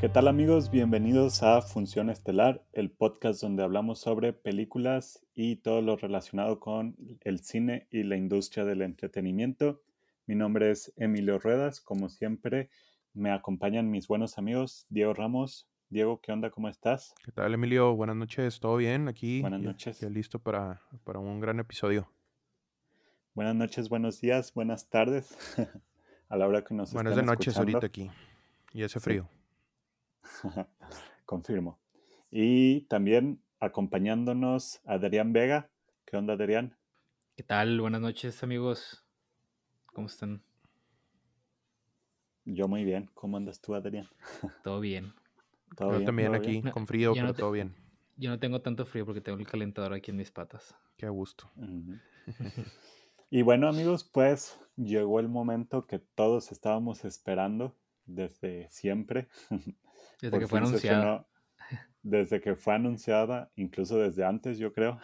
¿Qué tal amigos? Bienvenidos a Función Estelar, el podcast donde hablamos sobre películas y todo lo relacionado con el cine y la industria del entretenimiento. Mi nombre es Emilio Ruedas, como siempre me acompañan mis buenos amigos Diego Ramos. Diego, ¿qué onda? ¿Cómo estás? ¿Qué tal, Emilio? Buenas noches, ¿todo bien? Aquí Buenas ya noches. listo para un gran episodio. Buenas noches, buenos días, buenas tardes a la hora que nos Bueno, es de estén noches ahorita escuchando. aquí y hace Sí, frío. confirmo. Y también acompañándonos Adrián Vega. ¿Qué onda, Adrián? ¿Qué tal? Buenas noches, amigos. ¿Cómo están? Yo muy bien. ¿Cómo andas tú, Adrián? ¿Todo bien? ¿Todo Yo bien? también ¿Todo bien? aquí No, con frío, yo pero no, todo bien. yo no tengo tanto frío porque tengo el calentador aquí en mis patas. Qué a gusto. Ujú. Y bueno, amigos, pues llegó el momento que todos estábamos esperando desde siempre. Desde Por que fue fin se anunciada. estrenó, desde que fue anunciada, incluso desde antes, yo creo.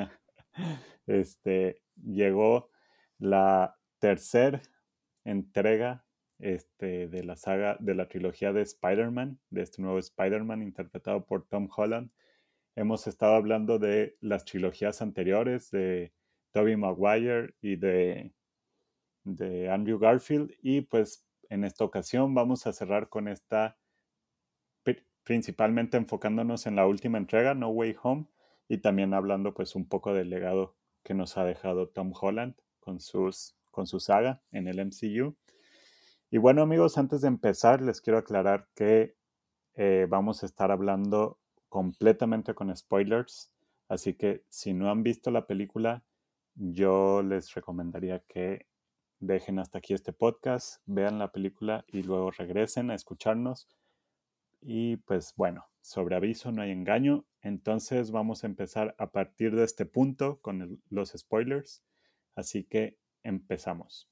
Llegó la tercera entrega de la saga, de la trilogía de Spider-Man, de este nuevo Spider-Man interpretado por Tom Holland. Hemos estado hablando de las trilogías anteriores, de Tobey Maguire y de Andrew Garfield, y pues en esta ocasión vamos a cerrar con esta, principalmente enfocándonos en la última entrega, No Way Home, y también hablando pues un poco del legado que nos ha dejado Tom Holland con su saga en el MCU. Y bueno amigos, antes de empezar les quiero aclarar que vamos a estar hablando completamente con spoilers, así que si no han visto la película, yo les recomendaría que dejen hasta aquí este podcast, vean la película y luego regresen a escucharnos. Y pues bueno, sobre aviso no hay engaño, entonces vamos a empezar a partir de este punto con los spoilers, así que empezamos.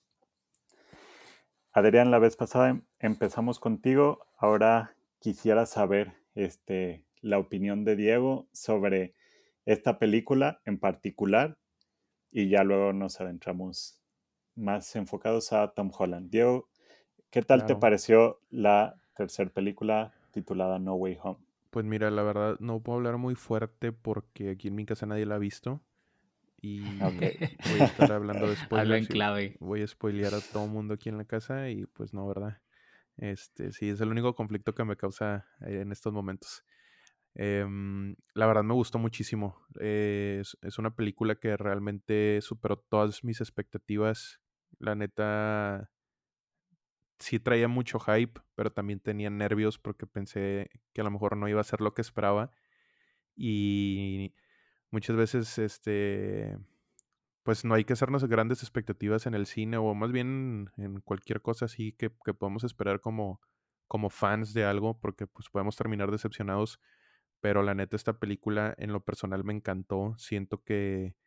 Adrián, la vez pasada empezamos contigo. Ahora quisiera saber la opinión de Diego sobre esta película en particular y ya luego nos adentramos más enfocados a Tom Holland. Diego, ¿qué tal te Claro. pareció la tercera película titulada No Way Home? Pues mira, la verdad no puedo hablar muy fuerte porque aquí en mi casa nadie la ha visto Ok. y voy a estar hablando de Habla en spoilers y clave. voy a spoilear a todo mundo aquí en la casa y pues no, ¿verdad? Sí, es el único conflicto que me causa en estos momentos. La verdad me gustó muchísimo. Es una película que realmente superó todas mis expectativas. La neta, sí traía mucho hype, pero también tenía nervios porque pensé que a lo mejor no iba a ser lo que esperaba. Y muchas veces, pues no hay que hacernos grandes expectativas en el cine o más bien en cualquier cosa así que podemos esperar como fans de algo porque pues podemos terminar decepcionados. Pero la neta, esta película en lo personal me encantó. Siento que,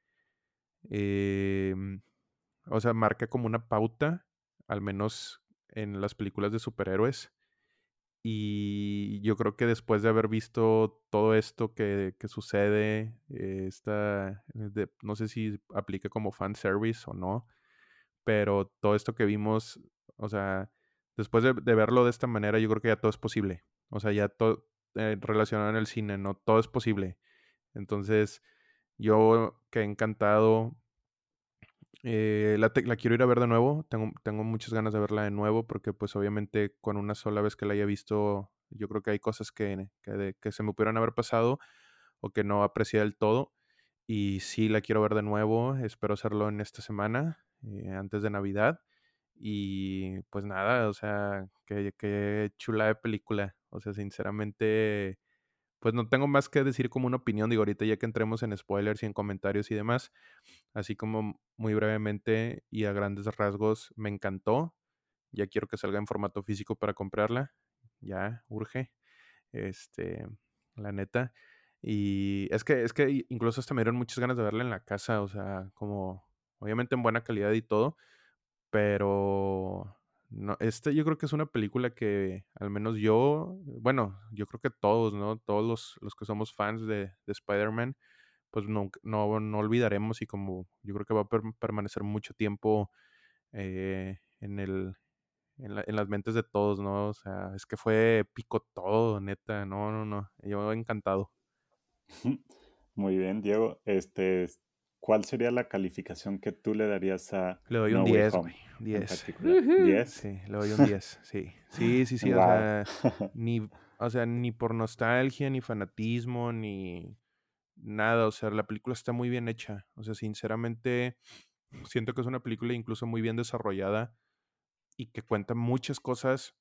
em, o sea, marca como una pauta, al menos en las películas de superhéroes. Y yo creo que después de haber visto todo esto que sucede, no sé si aplica como fan service o no, pero todo esto que vimos, o sea, después de verlo de esta manera, yo creo que ya todo es posible. O sea, ya todo relacionado en el cine, ¿no? Todo es posible. Entonces, yo que encantado. La quiero ir a ver de nuevo. Tengo muchas ganas de verla de nuevo porque pues obviamente con una sola vez que la haya visto, yo creo que hay cosas que se me pudieran haber pasado o que no aprecié del todo. Y sí, la quiero ver de nuevo. Espero hacerlo en esta semana, antes de Navidad. Y pues nada, o sea, qué chula de película. O sea, sinceramente, pues no tengo más que decir como una opinión. Digo, ahorita ya que entremos en spoilers y en comentarios y demás, así como muy brevemente y a grandes rasgos, me encantó. Ya quiero que salga en formato físico para comprarla. Ya, urge. Este, la neta. Y es que incluso hasta me dieron muchas ganas de verla en la casa. O sea, como, obviamente en buena calidad y todo. Pero no, yo creo que es una película que al menos yo, bueno, yo creo que todos, ¿no? Todos los que somos fans de Spider-Man, pues no olvidaremos y como yo creo que va a permanecer mucho tiempo en en las mentes de todos, ¿no? O sea, es que fue épico todo, neta. No. Yo encantado. Muy bien, Diego. ¿Cuál sería la calificación que tú le darías a Le doy un No Way 10, güey. Home en 10. particular? ¿10? Sí, le doy un 10. Sí. Sí. O Wow. sea, ni por nostalgia, ni fanatismo, ni nada. O sea, la película está muy bien hecha. O sea, sinceramente, siento que es una película incluso muy bien desarrollada y que cuenta muchas cosas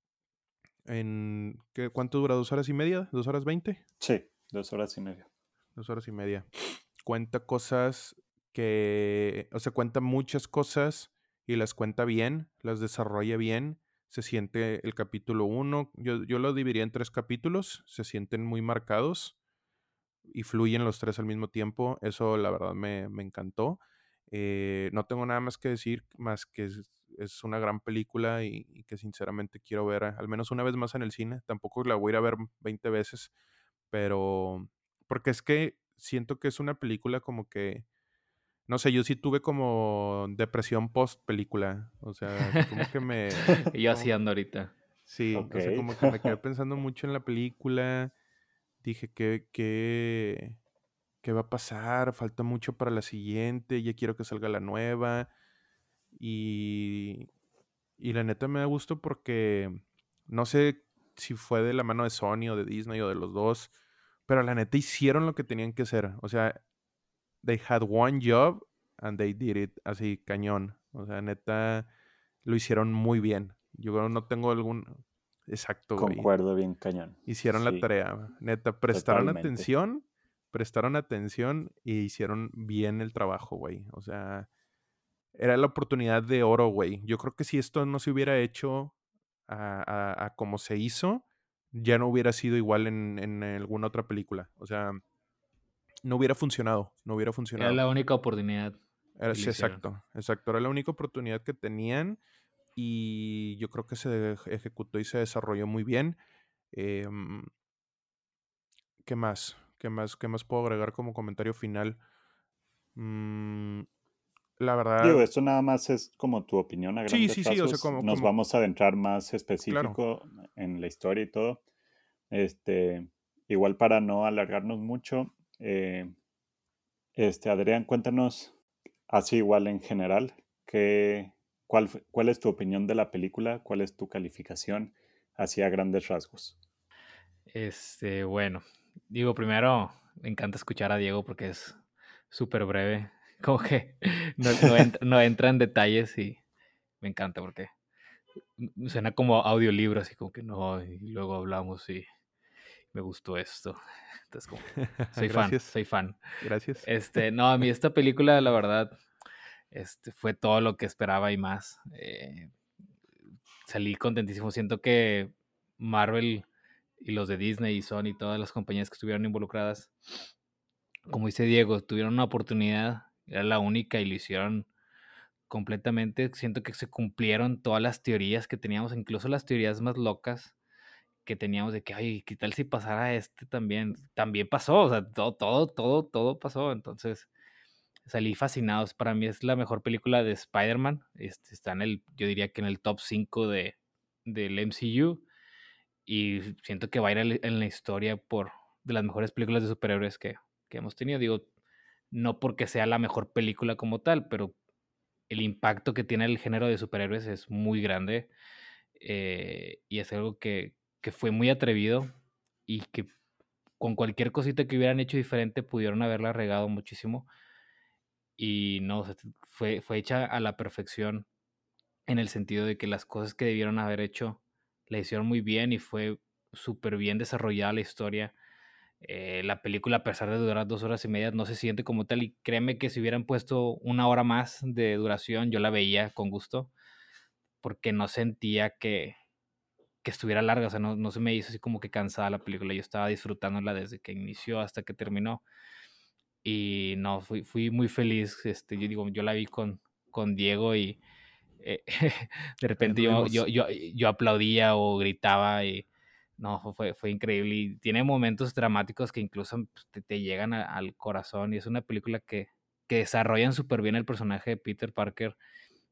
¿cuánto dura? ¿2 horas y media? ¿2 horas 20? Sí, 2 horas y media. 2 horas y media. Cuenta cosas o sea, cuenta muchas cosas y las cuenta bien, las desarrolla bien. Se siente el capítulo 1, yo lo dividiría en 3 capítulos, se sienten muy marcados y fluyen los 3 al mismo tiempo. Eso la verdad me encantó. No tengo nada más que decir, más que es una gran película y que sinceramente quiero ver al menos una vez más en el cine. Tampoco la voy a ir a ver 20 veces, pero porque es que siento que es una película como que, no sé, yo sí tuve como depresión post película. O sea, como que Y yo así ando ahorita. sí, Ok. o sea, como que me quedé pensando mucho en la película. Dije ¿qué va a pasar? Falta mucho para la siguiente, ya quiero que salga la nueva. Y, y la neta me da gusto porque no sé si fue de la mano de Sony o de Disney o de los dos, pero la neta hicieron lo que tenían que hacer. O sea, they had one job and they did it así cañón. O sea, neta lo hicieron muy bien. Yo no tengo algún... Exacto, güey. Concuerdo bien cañón. Hicieron la Sí, tarea, neta, totalmente. prestaron atención y hicieron bien el trabajo, güey. O sea, era la oportunidad de oro, güey. Yo creo que si esto no se hubiera hecho a como se hizo, ya no hubiera sido igual en alguna otra película. O sea, no hubiera funcionado, no hubiera Era funcionado. la única oportunidad y lo Sí, hicieron. exacto. Era la única oportunidad que tenían y yo creo que se ejecutó y se desarrolló muy bien. Em, ¿Qué más? ¿Qué más puedo agregar como comentario final? Mm, la Digo, verdad, esto nada más es como tu opinión a grandes sí, o sea, rasgos. Nos vamos a adentrar más claro. específico en la historia y todo. Este, igual para no alargarnos mucho, Adrián, cuéntanos así igual en general, ¿cuál es tu opinión de la película? ¿Cuál es tu calificación así a grandes rasgos? Bueno, digo, primero me encanta escuchar a Diego porque es súper breve, como que no entra en detalles y me encanta porque suena como audiolibro, así como que no, y luego hablamos y me gustó esto. Entonces, como que soy fan, Gracias, soy fan. gracias. No, a mí esta película, la verdad, fue todo lo que esperaba y más. Salí contentísimo. Siento que Marvel y los de Disney y Sony y todas las compañías que estuvieron involucradas, como dice Diego, tuvieron una oportunidad, era la única y lo hicieron completamente. Siento que se cumplieron todas las teorías que teníamos, incluso las teorías más locas que teníamos de que, ay, ¿qué tal si pasara también? También pasó, o sea, todo pasó. Entonces, salí fascinado. Para mí es la mejor película de Spider-Man. Está yo diría que en el top 5 del MCU. Y siento que va a ir en la historia de las mejores películas de superhéroes que hemos tenido. Digo, no porque sea la mejor película como tal, pero el impacto que tiene el género de superhéroes es muy grande. Y es algo que fue muy atrevido y que con cualquier cosita que hubieran hecho diferente pudieron haberla regado muchísimo. Y no, o sea, fue hecha a la perfección en el sentido de que las cosas que debieron haber hecho la hicieron muy bien y fue súper bien desarrollada la historia. La película, a pesar de durar 2 horas y media, no se siente como tal. Y créeme que si hubieran puesto 1 hora más de duración, yo la veía con gusto, porque no sentía que estuviera larga. O sea, no se me hizo así como que cansada la película. Yo estaba disfrutándola desde que inició hasta que terminó. Y no, fui muy feliz. Yo digo, yo la vi con Diego y eh, de Ahí repente anduvimos. yo aplaudía o gritaba y no, fue increíble. Y tiene momentos dramáticos que incluso pues, te llegan al corazón y es una película que desarrollan súper bien el personaje de Peter Parker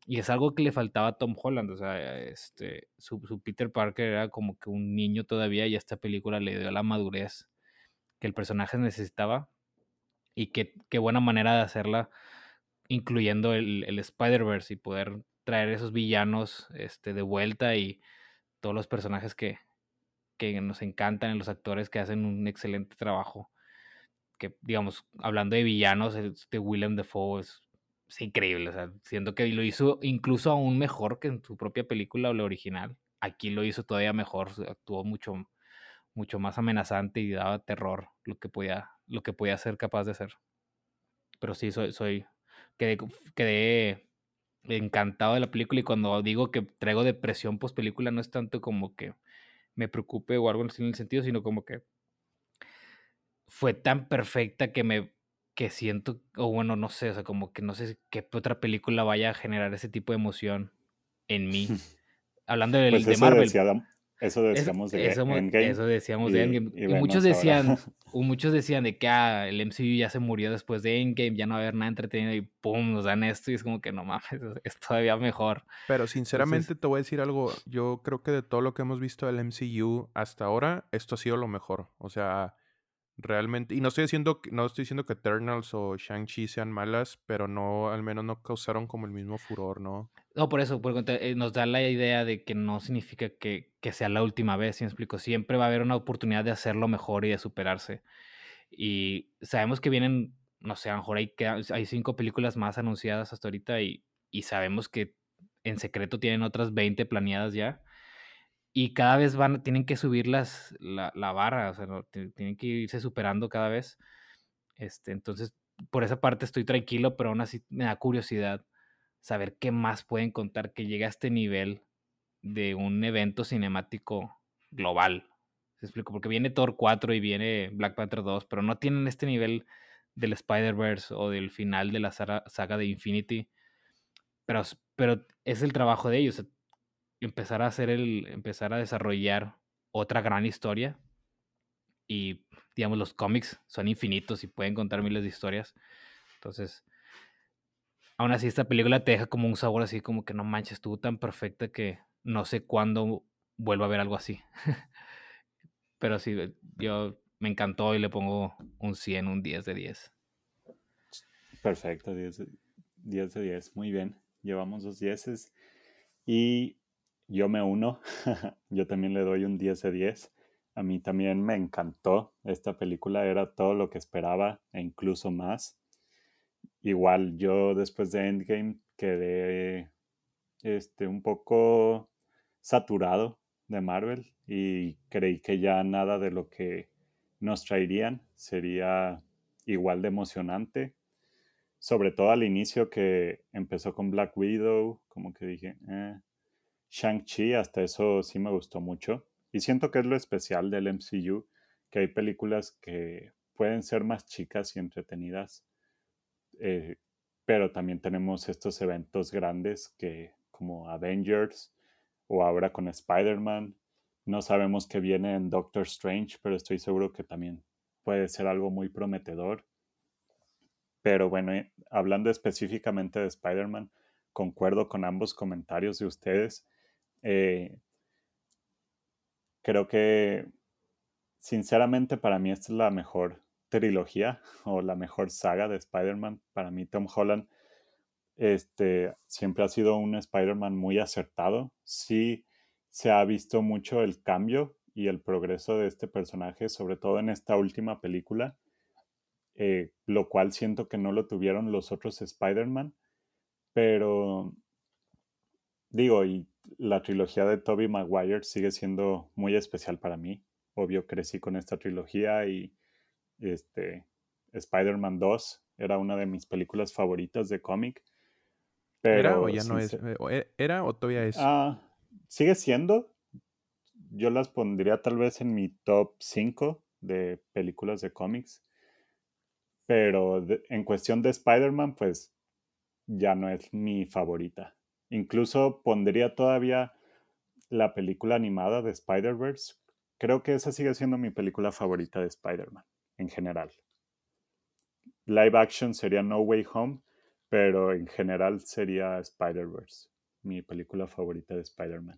Y es algo que le faltaba a Tom Holland, o sea, su Peter Parker era como que un niño todavía y esta película le dio la madurez que el personaje necesitaba y qué buena manera de hacerla, incluyendo el Spider-Verse y poder traer esos villanos de vuelta y todos los personajes que nos encantan y los actores que hacen un excelente trabajo. Que, digamos, hablando de villanos, Willem Dafoe es increíble. O sea, siento que lo hizo incluso aún mejor que en su propia película o la original. Aquí lo hizo todavía mejor, actuó mucho, mucho más amenazante y daba terror lo que podía ser capaz de hacer. Pero sí, quedé encantado de la película, y cuando digo que traigo depresión post película no es tanto como que me preocupe o algo así en el sentido, sino como que fue tan perfecta que siento, o bueno, no sé, o sea, como que no sé qué otra película vaya a generar ese tipo de emoción en mí. Hablando Pues de Marvel, eso decíamos de Endgame eso decíamos de Endgame. y Y muchos venos ahora. decían, de que el MCU ya se murió después de Endgame, ya no va a haber nada entretenido, y pum, nos dan esto, y es como que no mames, es todavía mejor. Pero Entonces, sinceramente te voy a decir algo. Yo creo que de todo lo que hemos visto del MCU hasta ahora, esto ha sido lo mejor. O sea, realmente. Y no estoy diciendo que Eternals o Shang-Chi sean malas, pero no, al menos no causaron como el mismo furor, ¿no? no, por eso, porque nos da la idea de que no significa que sea la última vez, ¿sí me explico? Siempre va a haber una oportunidad de hacerlo mejor y de superarse. Y sabemos que vienen, no sé, a lo mejor hay 5 películas más anunciadas hasta ahorita, y sabemos que en secreto tienen otras 20 planeadas ya. Y cada vez tienen que subir la barra, o sea, ¿no? Tienen que irse superando cada vez. Entonces, por esa parte estoy tranquilo, pero aún así me da curiosidad saber qué más pueden contar que llegue a este nivel de un evento cinemático global. ¿Se explico? Porque viene Thor 4 y viene Black Panther 2, pero no tienen este nivel del Spider-Verse o del final de la saga de Infinity. Pero es el trabajo de ellos, empezar a desarrollar otra gran historia. Y, digamos, los cómics son infinitos y pueden contar miles de historias. Entonces, aún así, esta película te deja como un sabor así como que no manches, estuvo tan perfecta que no sé cuándo vuelvo a ver algo así. Pero sí, yo me encantó y le pongo un 100, un 10 de 10. Perfecto, 10 de 10. Muy bien. Llevamos 2 dieces. Y yo me uno. Yo también le doy un 10 de 10. A mí también me encantó. Esta película era todo lo que esperaba e incluso más. Igual yo después de Endgame quedé un poco saturado de Marvel y creí que ya nada de lo que nos traerían sería igual de emocionante. Sobre todo al inicio que empezó con Black Widow, como que dije, Shang-Chi, hasta eso sí me gustó mucho. Y siento que es lo especial del MCU, que hay películas que pueden ser más chicas y entretenidas, eh, pero también tenemos estos eventos grandes que como Avengers o ahora con Spider-Man. No sabemos qué viene en Doctor Strange, pero estoy seguro que también puede ser algo muy prometedor. Pero bueno, hablando específicamente de Spider-Man, concuerdo con ambos comentarios de ustedes. Eh, Creo que sinceramente para mí esta es la mejor trilogía o la mejor saga de Spider-Man. Para mí Tom Holland siempre ha sido un Spider-Man muy acertado. Sí se ha visto mucho el cambio y el progreso de este personaje, sobre todo en esta última película, lo cual siento que no lo tuvieron los otros Spider-Man, pero digo, y la trilogía de Tobey Maguire sigue siendo muy especial para mí. Obvio, crecí con esta trilogía y este, Spider-Man 2 era una de mis películas favoritas de cómic, ¿Era o pero ya no es? ¿Era o todavía es? ah, sigue siendo. Yo las pondría tal vez en mi top 5 de películas de cómics, pero en cuestión de Spider-Man, pues ya no es mi favorita. Incluso pondría todavía la película animada de Spider-Verse. Creo que esa sigue siendo mi película favorita de Spider-Man en general. Live action sería No Way Home, pero en general sería Spider-Verse, mi película favorita de Spider-Man.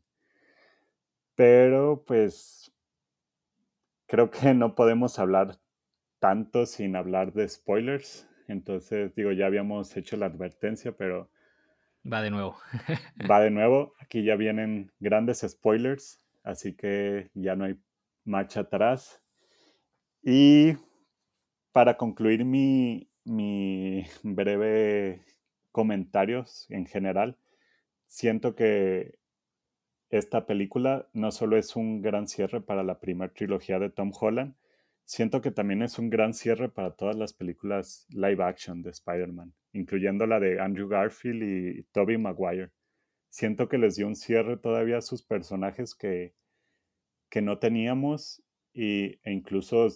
Pero pues creo que no podemos hablar tanto sin hablar de spoilers. Entonces, digo, ya habíamos hecho la advertencia, pero Va de nuevo. va de nuevo. Aquí ya vienen grandes spoilers, así que ya no hay marcha atrás. Y para concluir mi breve comentarios en general, siento que esta película no solo es un gran cierre para la primera trilogía de Tom Holland, siento que también es un gran cierre para todas las películas live action de Spider-Man, incluyendo la de Andrew Garfield y Tobey Maguire. Siento que les dio un cierre todavía a sus personajes que no teníamos e incluso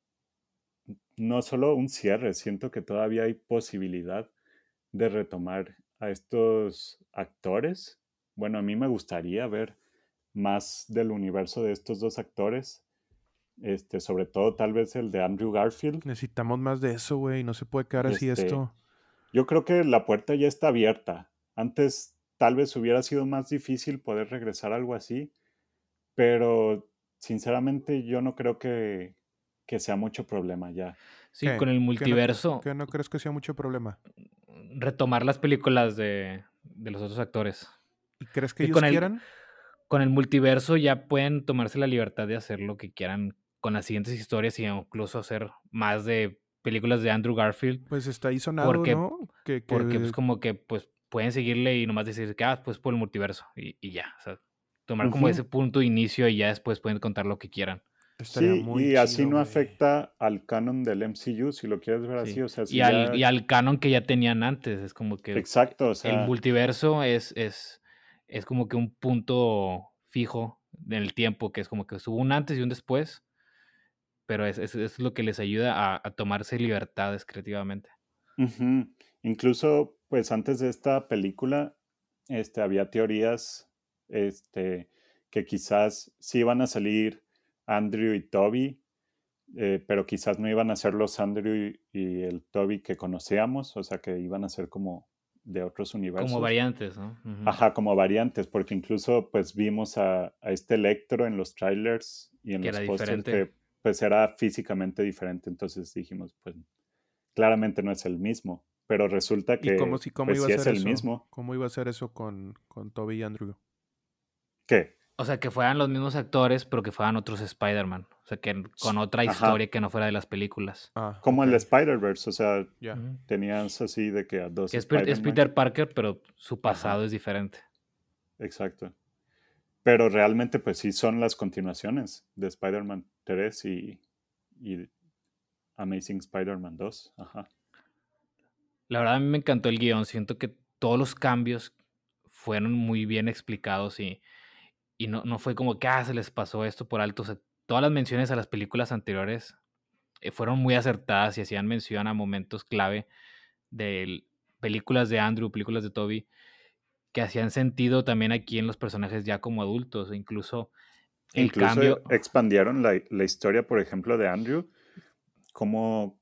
no solo un cierre, siento que todavía hay posibilidad de retomar a estos actores. Bueno, a mí me gustaría ver más del universo de estos dos actores, sobre todo tal vez el de Andrew Garfield. Necesitamos más de eso, güey. No se puede quedar así esto. Yo creo que la puerta ya está abierta. Antes tal vez hubiera sido más difícil poder regresar a algo así, pero sinceramente yo no creo que sea mucho problema ya. Sí, ¿Qué? con el multiverso, ¿Qué no crees que sea mucho problema? retomar las películas de los otros actores. ¿Y crees que Sí, ellos quieran? con el multiverso ya pueden tomarse la libertad de hacer lo que quieran con las siguientes historias y incluso hacer más de películas de Andrew Garfield. Pues está ahí sonado, Porque, ¿no? porque pues como que pues pueden seguirle y nomás decir que pues por el multiverso y ya. O sea, tomar como ese punto de inicio y ya después pueden contar lo que quieran. Estaría Sí, muy y chido, así no güey. afecta al canon del MCU, si lo quieres ver Sí. así. O sea, si y al canon que ya tenían antes. Es como que Exacto, o el sea, multiverso es como que un punto fijo en el tiempo, que es como que hubo un antes y un después, pero es lo que les ayuda a tomarse libertades creativamente. ujú. Incluso, pues antes de esta película, había teorías, que quizás sí iban a salir Andrew y Toby, pero quizás no iban a ser los Andrew y el Toby que conocíamos, o sea, que iban a ser como de otros Como universos. variantes, ¿no? Ajá, como variantes, porque incluso pues vimos a este Electro en los trailers y en Que los era pósters diferente. que pues era físicamente diferente, entonces dijimos, pues claramente no es el mismo, pero resulta ¿Y cómo que pues iba a sí es ser el eso? mismo. ¿Cómo iba a ser eso con Toby y Andrew? ¿Qué? O sea, que fueran los mismos actores, pero que fueran otros Spider-Man. O sea, que con otra Ajá, historia que no fuera de las películas. como ok. el Spider-Verse, o sea, Ya. Ujú. tenías así de que a dos Que es Spider-Man. Peter Parker, pero su pasado Ajá, es diferente. exacto. Pero realmente pues sí son las continuaciones de Spider-Man 3 y Amazing Spider-Man 2. Ajá. La verdad, a mí me encantó el guión. Siento que todos los cambios fueron muy bien explicados y no fue como que se les pasó esto por alto. O sea, todas las menciones a las películas anteriores fueron muy acertadas y hacían mención a momentos clave de películas de Andrew, películas de Toby, que hacían sentido también aquí en los personajes ya como adultos. Incluso el Incluso cambio. expandieron la historia, por ejemplo, de Andrew, como,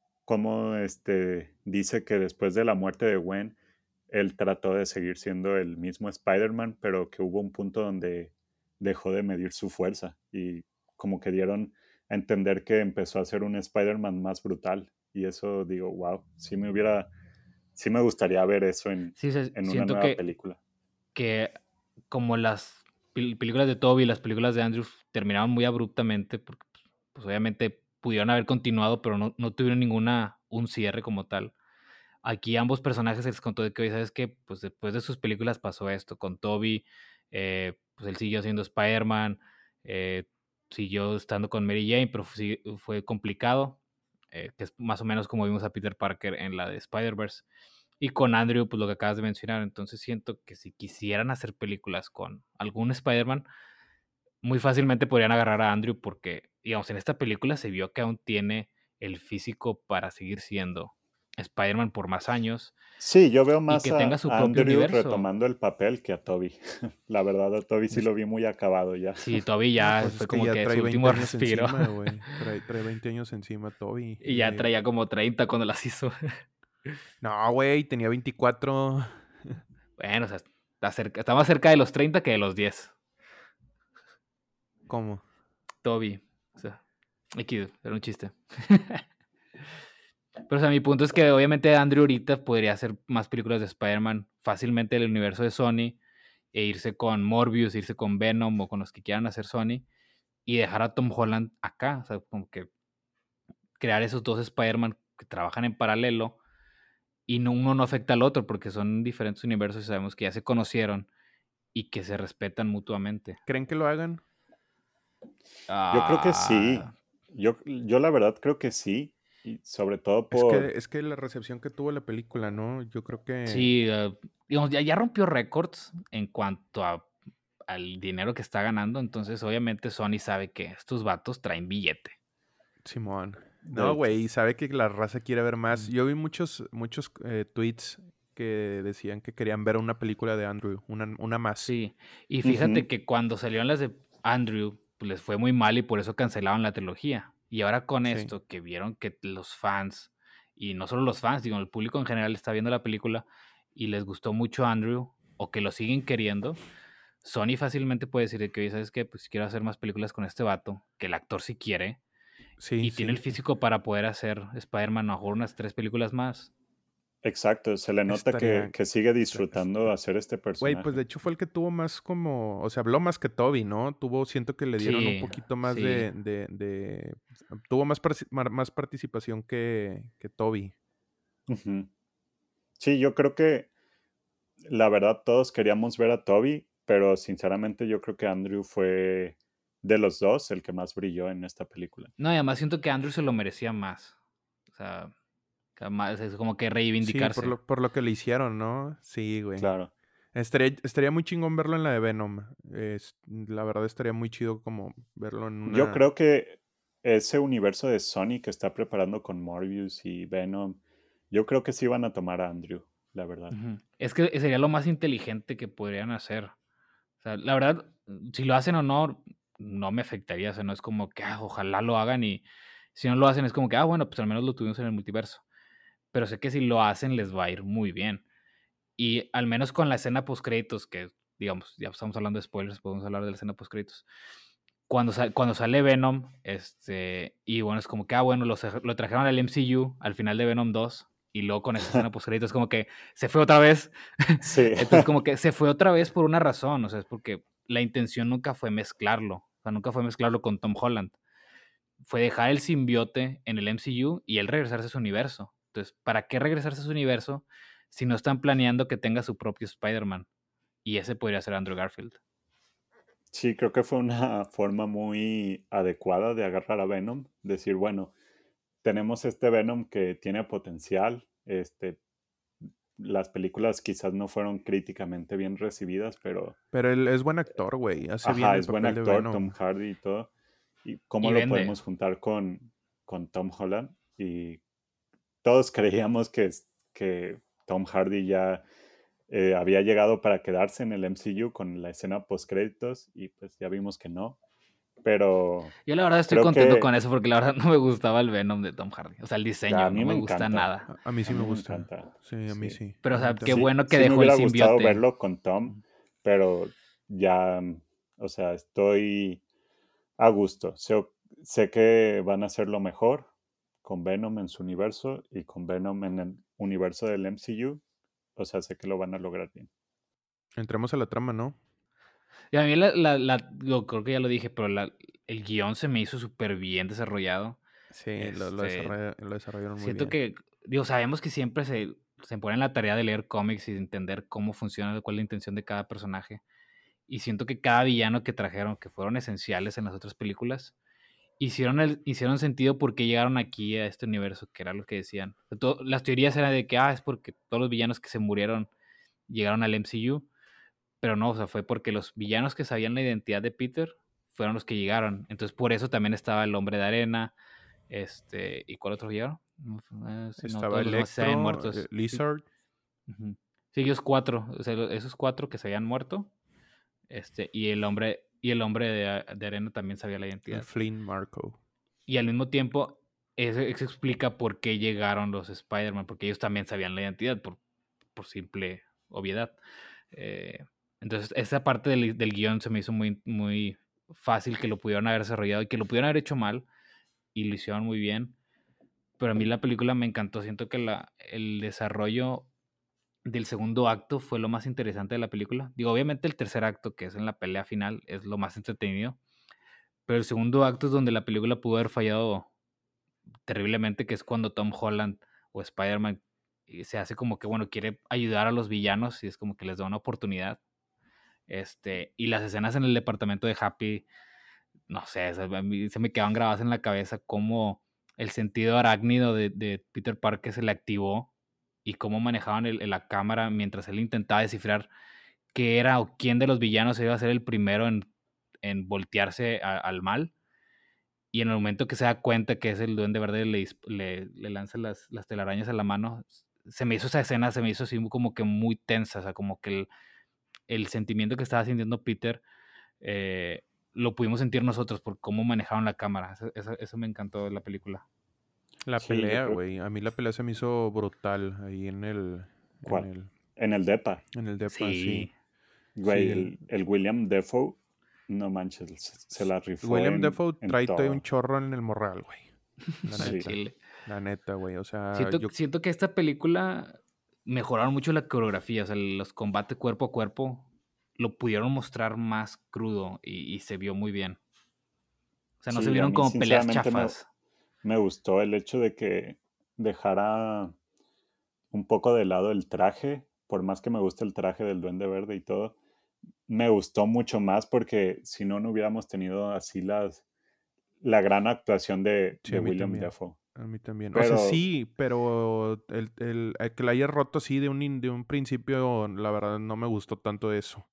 dice que después de la muerte de Gwen, él trató de seguir siendo el mismo Spider-Man, pero que hubo un punto donde dejó de medir su fuerza y como que dieron a entender que empezó a ser un Spider-Man más brutal. Y eso digo, wow, sí me gustaría ver eso en Sí, una siento nueva película. que como las películas de Toby y las películas de Andrew terminaron muy abruptamente, porque pues obviamente pudieron haber continuado, pero no tuvieron un cierre como tal. Aquí ambos personajes se les contó de que, oye, ¿sabes qué? Pues después de sus películas pasó esto. Con Toby, pues él siguió siendo Spider-Man, siguió estando con Mary Jane, pero fue complicado, que es más o menos como vimos a Peter Parker en la de Spider-Verse. Y con Andrew, pues lo que acabas de mencionar. Entonces siento que si quisieran hacer películas con algún Spider-Man, muy fácilmente podrían agarrar a Andrew porque, digamos, en esta película se vio que aún tiene el físico para seguir siendo Spider-Man por más años Sí, yo veo y más que tenga su a propio Andrew universo. retomando el papel que a Toby. La verdad, a Toby sí Es- lo vi muy acabado ya. Sí, Toby No, ya pues es fue que como ya que trae su 20 último años respiro. encima, güey. Trae 20 años encima Toby. Y ya traía como 30 cuando las hizo. No, güey, tenía 24. Bueno, o sea, está más cerca de los 30 que de los 10. ¿Cómo? Toby. O sea, X, era un chiste. Pero o sea, mi punto es que obviamente Andrew ahorita podría hacer más películas de Spider-Man fácilmente del universo de Sony e irse con Morbius, irse con Venom o con los que quieran hacer Sony y dejar a Tom Holland acá. O sea, como que crear esos dos Spider-Man que trabajan en paralelo y uno no afecta al otro porque son diferentes universos y sabemos que ya se conocieron y que se respetan mutuamente. ¿Creen que lo hagan? Yo creo que sí. Ah, Yo la verdad creo que sí. Y sobre todo Es que, por... es que la recepción que tuvo la película, ¿no? Yo creo que... sí, digamos, ya rompió récords en cuanto al dinero que está ganando, entonces obviamente Sony sabe que estos vatos traen billete. Simón. De No, hecho. güey, sabe que la raza quiere ver más. Mm. Yo vi muchos tweets que decían que querían ver una película de Andrew, una más. Sí, y fíjate Ujú, que cuando salieron las de Andrew, pues les fue muy mal y por eso cancelaron la trilogía. Y ahora con Sí, esto, que vieron que los fans, y no solo los fans, digo, el público en general está viendo la película y les gustó mucho Andrew, o que lo siguen queriendo, Sony fácilmente puede decir de que, oye, ¿sabes qué? Pues quiero hacer más películas con este vato, que el actor sí quiere, sí, y tiene el sí. físico para poder hacer Spider-Man a lo mejor unas 3 películas más. exacto. Se le nota Estaría... que sigue esta- disfrutando hacer este Güey, pues de personaje. hecho fue el que tuvo más como... O sea, habló más que Toby, ¿no? Siento que le dieron un Sí, poquito más sí. tuvo más participación que Toby. Ujú. Sí, yo creo que la verdad todos queríamos ver a Toby, pero sinceramente yo creo que Andrew fue de los dos el que más brilló en esta película. No, y además siento que Andrew se lo merecía más. O sea, es como que Sí, reivindicarse. por lo que le hicieron, ¿no? Sí, güey. Claro. Estaría muy chingón verlo en la de Venom. La verdad estaría muy chido como verlo en Yo una... creo que ese universo de Sony que está preparando con Morbius y Venom, yo creo que sí van a tomar a Andrew, la verdad. Ujú. Es que sería lo más inteligente que podrían hacer. O sea, la verdad, si lo hacen o no, no me afectaría. O sea, no es como que ojalá lo hagan y si no lo hacen es como que, bueno, pues al menos lo tuvimos en el multiverso. Pero sé que si lo hacen les va a ir muy bien. Y al menos con la escena post-créditos, que digamos, ya estamos hablando de spoilers, podemos hablar de la escena post-créditos. Cuando sale Venom, y bueno, es como que, bueno, lo trajeron al MCU al final de Venom 2, y luego con esa escena post-créditos, como que se fue otra vez. Sí, Entonces, como que se fue otra vez por una razón, o sea, es porque la intención nunca fue mezclarlo, o sea, nunca fue mezclarlo con Tom Holland. Fue dejar el simbiote en el MCU y él regresarse a su universo. Entonces, ¿para qué regresarse a su universo si no están planeando que tenga su propio Spider-Man? Y ese podría ser Andrew Garfield. sí, creo que fue una forma muy adecuada de agarrar a Venom, decir, bueno, tenemos este Venom que tiene potencial, las películas quizás no fueron críticamente bien recibidas, pero Pero él es buen actor, güey. Hace bien ajá, el es buen papel de actor, Tom Venom. Hardy y todo. ¿Y cómo Y lo vende. podemos juntar con Tom Holland? Y todos creíamos que Tom Hardy ya había llegado para quedarse en el MCU con la escena post-créditos y pues ya vimos que no. Pero Yo la verdad estoy creo contento que con eso porque la verdad no me gustaba el Venom de Tom Hardy. O sea, el a diseño no mí me me gusta encanta. nada. A mí A sí me mí me gusta. encanta. Sí, a mí Sí. sí. Pero, o A mí sea, qué también. Sí, bueno que sí me dejó el hubiera gustado simbiote. verlo con Tom, pero ya, o sea, estoy a gusto. Sé que van a hacer lo mejor con Venom en su universo y con Venom en el universo del MCU. O sea, sé que lo van a lograr bien. Entremos a la trama, ¿no? Y a mí yo creo que ya lo dije, pero el guión se me hizo súper bien desarrollado. Sí, Este, lo desarrollaron muy siento bien. que, digo, sabemos que siempre se ponen la tarea de leer cómics y de entender cómo funciona, cuál es la intención de cada personaje. Y siento que cada villano que trajeron, que fueron esenciales en las otras películas, hicieron sentido porque llegaron aquí a este universo, que era lo que decían. Las teorías eran de que, es porque todos los villanos que se murieron llegaron al MCU, pero no, o sea, fue porque los villanos que sabían la identidad de Peter fueron los que llegaron. Entonces, por eso también estaba el Hombre de Arena, ¿y cuál otro llegaron? No, sí, no, Estaba todos los demás sí se habían Electro, muertos. Sí, Lizard. ujú. Sí, ellos cuatro, o sea, esos cuatro que se habían muerto, y el hombre de arena también sabía la El identidad. Flynn Marco. Y al mismo tiempo, eso explica por qué llegaron los Spider-Man, porque ellos también sabían la identidad, por simple obviedad. Eh, entonces, esa parte del guión se me hizo muy, muy fácil que lo pudieron haber desarrollado y que lo pudieron haber hecho mal y lo hicieron muy bien. Pero a mí la película me encantó. Siento que el desarrollo del segundo acto fue lo más interesante de la película. Digo, obviamente el tercer acto, que es en la pelea final, es lo más entretenido. Pero el segundo acto es donde la película pudo haber fallado terriblemente, que es cuando Tom Holland o Spider-Man se hace como que, bueno, quiere ayudar a los villanos y es como que les da una oportunidad. Y las escenas en el departamento de Happy, no sé, a mí se me quedaban grabadas en la cabeza cómo el sentido arácnido de Peter Parker se le activó y cómo manejaban la cámara mientras él intentaba descifrar qué era o quién de los villanos iba a ser el primero en voltearse al mal. Y en el momento que se da cuenta que es el Duende Verde, le lanza las telarañas a la mano. Se me hizo esa escena, se me hizo así como que muy tensa, o sea, como que el sentimiento que estaba sintiendo Peter lo pudimos sentir nosotros por cómo manejaron la cámara. Eso me encantó de la película. La Sí, yo pelea, creo. güey. A mí la pelea se me hizo brutal ahí en ¿Cuál? el, En el DEPA. en el depa, sí. Sí, Güey, Sí. el William Defoe, no manches, se la rifó William Dafoe en trae todavía un todo. chorro en el morral, güey. La al Sí, neta. chile. La neta, güey. O sea, Siento que esta película mejoraron mucho la coreografía, o sea, los combates cuerpo a cuerpo lo pudieron mostrar más crudo y se vio muy bien. O sea, no se sí, a vieron mí como peleas sinceramente chafas. me gustó el hecho de que dejara un poco de lado el traje, por más que me guste el traje del Duende Verde y todo, me gustó mucho más porque si no, no hubiéramos tenido así la gran actuación sí, de a mí William también. Dafoe. A mí también. O sea, Pero sí, pero el que la haya roto así de un principio, la verdad no me gustó tanto eso.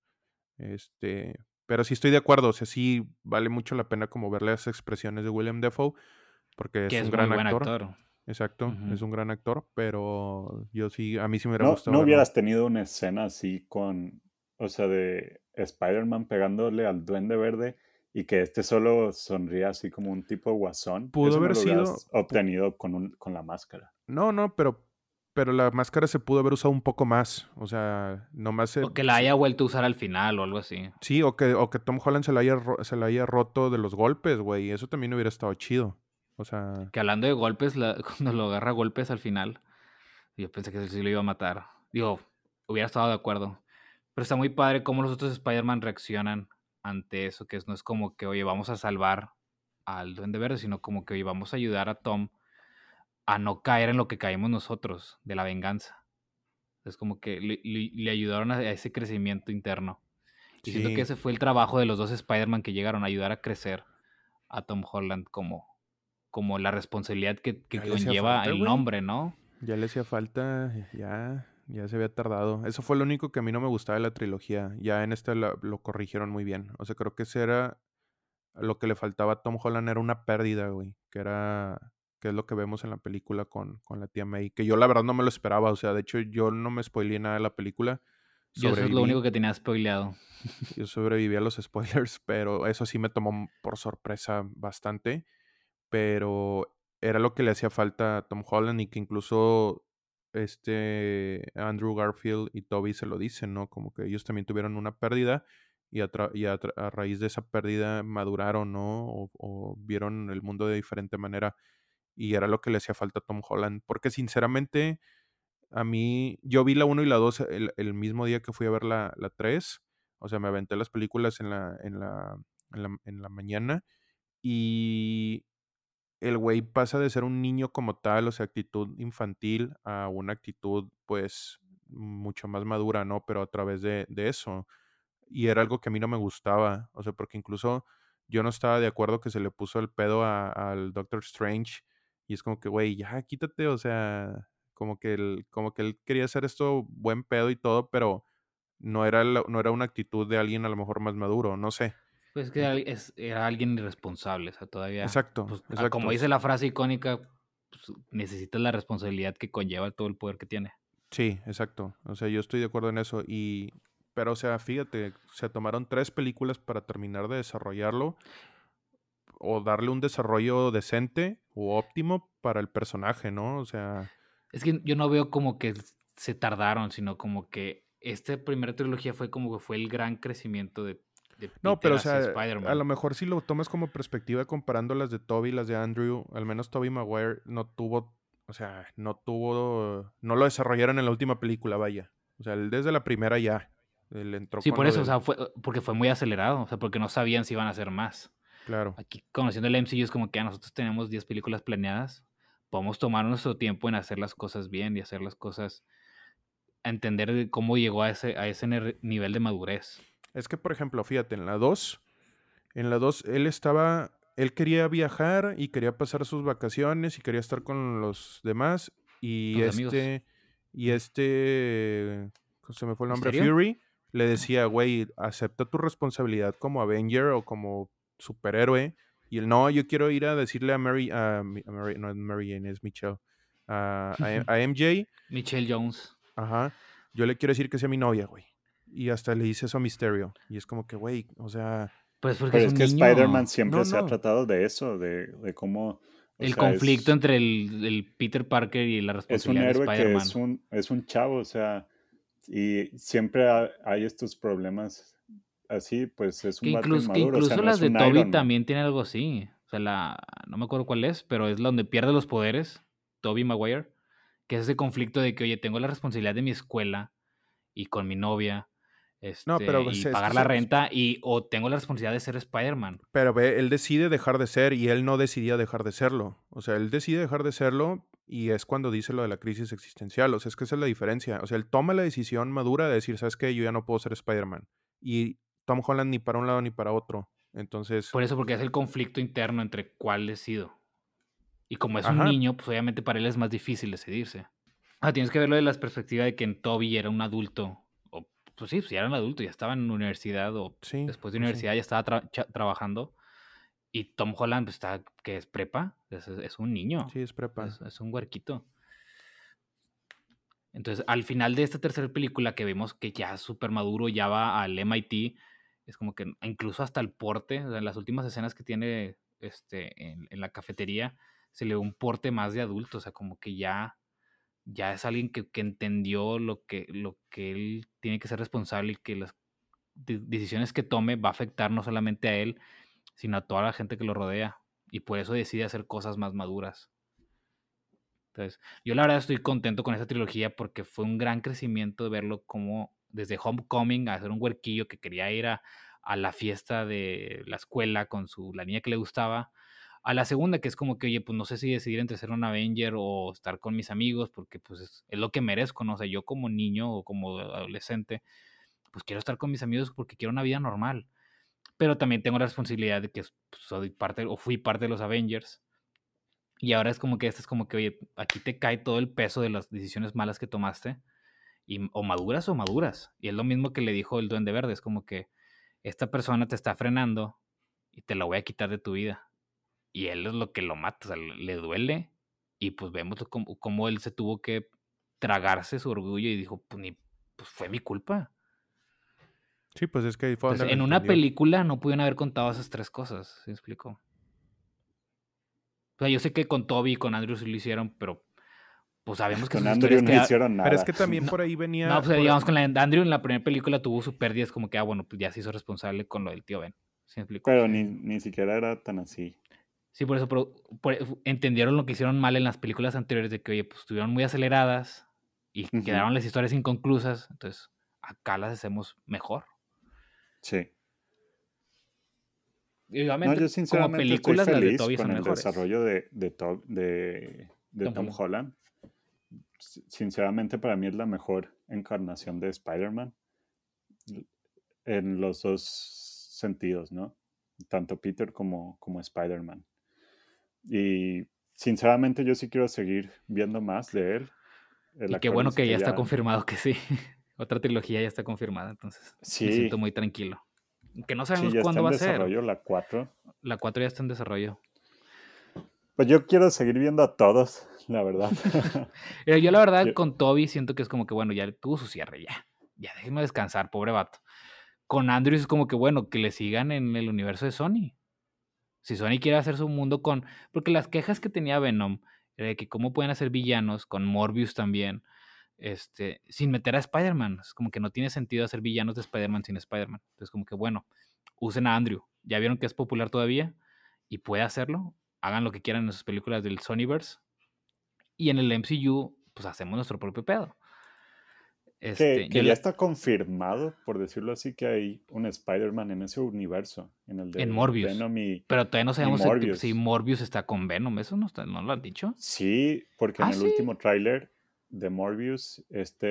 Pero sí estoy de acuerdo. O sea, sí vale mucho la pena como ver las expresiones de William Dafoe, porque Que es un es muy gran buen actor. actor. Exacto, es Ujú. un gran actor, pero yo sí, a mí sí me hubiera no, gustado no verlo. hubieras tenido una escena así con, o sea, de Spider-Man pegándole al Duende Verde y que este solo sonría así como un tipo guasón. Pudo Eso no haber lo sido, hubieras obtenido con la máscara. no, no, pero la máscara se pudo haber usado un poco más. O sea, nomás O que la haya vuelto a usar al final o algo así. sí, o que Tom Holland se la haya roto de los golpes, güey. Eso también hubiera estado chido. O sea, Que hablando de golpes, cuando lo agarra a golpes al final, yo pensé que sí lo iba a matar. Digo, hubiera estado de acuerdo. Pero está muy padre cómo los otros Spider-Man reaccionan ante eso, que no es como que, oye, vamos a salvar al Duende Verde, sino como que, oye, vamos a ayudar a Tom a no caer en lo que caímos nosotros, de la venganza. Es como que le ayudaron a ese crecimiento interno. Y siento que sí, ese fue el trabajo de los dos Spider-Man que llegaron a ayudar a crecer a Tom Holland como la responsabilidad que ya le hacía conlleva falta, el güey. nombre, ¿no? Ya le hacía falta, ya se había tardado. Eso fue lo único que a mí no me gustaba de la trilogía. Ya en esta lo corrigieron muy bien. O sea, creo que ese era lo que le faltaba a Tom Holland era una pérdida, güey. Que es lo que vemos en la película con la tía May. Que yo la verdad no me lo esperaba. O sea, de hecho yo no me spoileé nada de la película. Yo eso es lo único Sobreviví. que tenía spoileado. Yo sobreviví a los spoilers, pero eso sí me tomó por sorpresa bastante. Pero era lo que le hacía falta a Tom Holland y que incluso Andrew Garfield y Toby se lo dicen, ¿no? Como que ellos también tuvieron una pérdida y a raíz de esa pérdida maduraron, ¿no? O vieron el mundo de diferente manera y era lo que le hacía falta a Tom Holland. Porque sinceramente, a mí, yo vi la uno y la 2 el mismo día que fui a ver la 3. O sea, me aventé las películas en la mañana y el güey pasa de ser un niño como tal, o sea, actitud infantil, a una actitud, pues, mucho más madura, ¿no? Pero a través de eso. Y era algo que a mí no me gustaba, o sea, porque incluso yo no estaba de acuerdo que se le puso el pedo al Doctor Strange. Y es como que, güey, ya quítate, o sea, como que él quería hacer esto buen pedo y todo, pero no era una actitud de alguien a lo mejor más maduro, no sé. Pues que era alguien irresponsable, o sea, todavía, Exacto, pues como exacto. dice la frase icónica, pues, necesitas la responsabilidad que conlleva todo el poder que tiene. Sí, exacto. O sea, yo estoy de acuerdo en eso. Pero, o sea, fíjate, se tomaron 3 películas para terminar de desarrollarlo. o darle un desarrollo decente o óptimo para el personaje, ¿no? O sea... Es que yo no veo como que se tardaron, sino como que esta primera trilogía fue como que fue el gran crecimiento de No, pero Peter o hacia sea, a lo Spider-Man. mejor si lo tomas como perspectiva comparando las de Tobey y las de Andrew, al menos Tobey Maguire no tuvo, o sea, no lo desarrollaron en la última película, vaya. O sea, él desde la primera ya, él entró Sí, con por lo eso, o del... sea, porque fue muy acelerado, o sea, porque no sabían si iban a hacer más. Claro. Aquí, conociendo el MCU, es como que nosotros tenemos 10 películas planeadas, podemos tomar nuestro tiempo en hacer las cosas bien y hacer las cosas, a entender de cómo llegó a ese nivel de madurez. Es que, por ejemplo, fíjate, en la 2 él quería viajar y quería pasar sus vacaciones y quería estar con los demás y Los amigos. se me fue el nombre, ¿Misterio? Fury, le decía, güey, acepta tu responsabilidad como Avenger o como superhéroe. Y él, no, yo quiero ir a decirle no es Mary Jane, es Michelle, a MJ, Michelle Jones. ajá, yo le quiero decir que sea mi novia, güey. Y hasta le dice eso a Mysterio. Y es como que, güey, o sea, Pues porque Pero es es un que Spider-Man niño. siempre no, se ha no. tratado de eso, de cómo, o El sea, conflicto entre el Peter Parker y la es un responsabilidad de héroe que Spider-Man. es un chavo, o sea, y siempre hay estos problemas así, pues es un vato Que inmaduro, o sea, incluso no las es de un Toby Iron Man. también tienen algo así. O sea, no me acuerdo cuál es, pero es la donde pierde los poderes, Toby Maguire, que es ese conflicto de que, oye, tengo la responsabilidad de mi escuela y con mi novia, No, pero pues, y pagar la renta, o tengo la responsabilidad de ser Spider-Man. pero ve, él decide dejar de ser y él no decidía dejar de serlo. O sea, él decide dejar de serlo y es cuando dice lo de la crisis existencial. O sea, es que esa es la diferencia. O sea, él toma la decisión madura de decir, ¿sabes qué? Yo ya no puedo ser Spider-Man. Y Tom Holland ni para un lado ni para otro. Entonces, Por eso, porque es el conflicto interno entre cuál decido. Y como es un ajá, niño, pues obviamente para él es más difícil decidirse. Tienes que verlo de la perspectiva de que en Toby era un adulto, o pues sí, ya era un adulto, ya estaba en la universidad, o sí, después de pues sí. universidad ya estaba trabajando. Y Tom Holland pues, está, que es prepa, es un niño, Sí, es prepa. es un huerquito. Entonces, al final de esta tercera película que vemos que ya es súper maduro, ya va al MIT, es como que incluso hasta el porte, o sea, en las últimas escenas que tiene en la cafetería, se le ve un porte más de adulto, o sea, como que ya es alguien que entendió lo que él tiene que ser responsable y que las decisiones que tome va a afectar no solamente a él, sino a toda la gente que lo rodea. Y por eso decide hacer cosas más maduras. Entonces, yo la verdad estoy contento con esta trilogía porque fue un gran crecimiento de verlo como desde Homecoming a ser un huerquillo que quería ir a la fiesta de la escuela con la niña que le gustaba, a la segunda que es como que, oye, pues no sé si decidir entre ser un Avenger o estar con mis amigos porque pues es lo que merezco, ¿no? O sea, yo como niño o como adolescente, pues quiero estar con mis amigos porque quiero una vida normal, pero también tengo la responsabilidad de que pues, soy parte o fui parte de los Avengers. Y ahora es como que es como que, oye, aquí te cae todo el peso de las decisiones malas que tomaste, o maduras o maduras. Y es lo mismo que le dijo el Duende Verde, es como que esta persona te está frenando y te la voy a quitar de tu vida. Y él es lo que lo mata, o sea, le duele. Y pues vemos cómo él se tuvo que tragarse su orgullo y dijo, pues fue mi culpa. Sí, pues es que ahí fue donde Entonces, lo en una entendió. película no pudieron haber contado esas tres cosas, ¿sí me explico? O sea, yo sé que con Toby y con Andrew sí lo hicieron, pero pues sabemos que Con sus Andrew historias no hicieron Pero es nada. que también No, por ahí no, venía, pues digamos con la de Andrew en la primera película tuvo su pérdida, es como que, bueno, pues ya se hizo responsable con lo del tío Ben. ¿Sí me explico? Pero ni siquiera era tan así. Sí, por eso entendieron lo que hicieron mal en las películas anteriores de que, oye, pues estuvieron muy aceleradas y Ujú, quedaron las historias inconclusas, entonces acá las hacemos mejor. sí. Y No, obviamente, yo como sinceramente estoy películas, las de feliz Toby con son el mejores. desarrollo de Tom Tom Holland. Holland. Sinceramente para mí es la mejor encarnación de Spider-Man en los dos sentidos, ¿no? Tanto Peter como Spider-Man. Y sinceramente yo sí quiero seguir viendo más de él. El Y qué actor bueno dice que ya que está ya... confirmado que sí. Otra trilogía ya está confirmada, entonces me siento Sí, muy tranquilo. Que no sí, sabemos ya está cuándo en va a ser. desarrollo la 4. La 4 ya está en desarrollo. Pues yo quiero seguir viendo a todos, la verdad. Yo la verdad Yo- con Toby siento que es como que, bueno, ya tuvo su cierre, ya. Ya déjenme descansar, pobre vato. Con Andrew es como que, bueno, que le sigan en el universo de Sony. Si Sony quiere hacer su mundo con... Porque las quejas que tenía Venom, era de que cómo pueden hacer villanos, con Morbius también, sin meter a Spider-Man. Es como que no tiene sentido hacer villanos de Spider-Man sin Spider-Man. Entonces como que bueno, usen a Andrew. Ya vieron que es popular todavía y puede hacerlo. Hagan lo que quieran en sus películas del Sonyverse. Y en el MCU, pues hacemos nuestro propio pedo. Que Yo ya está confirmado, por decirlo así, que hay un Spider-Man en ese universo, en el en de Morbius. Venom Pero todavía no y sabemos si Morbius. Morbius está con Venom. ¿Eso no lo han dicho? Sí, porque en Ah, el sí. último tráiler de Morbius,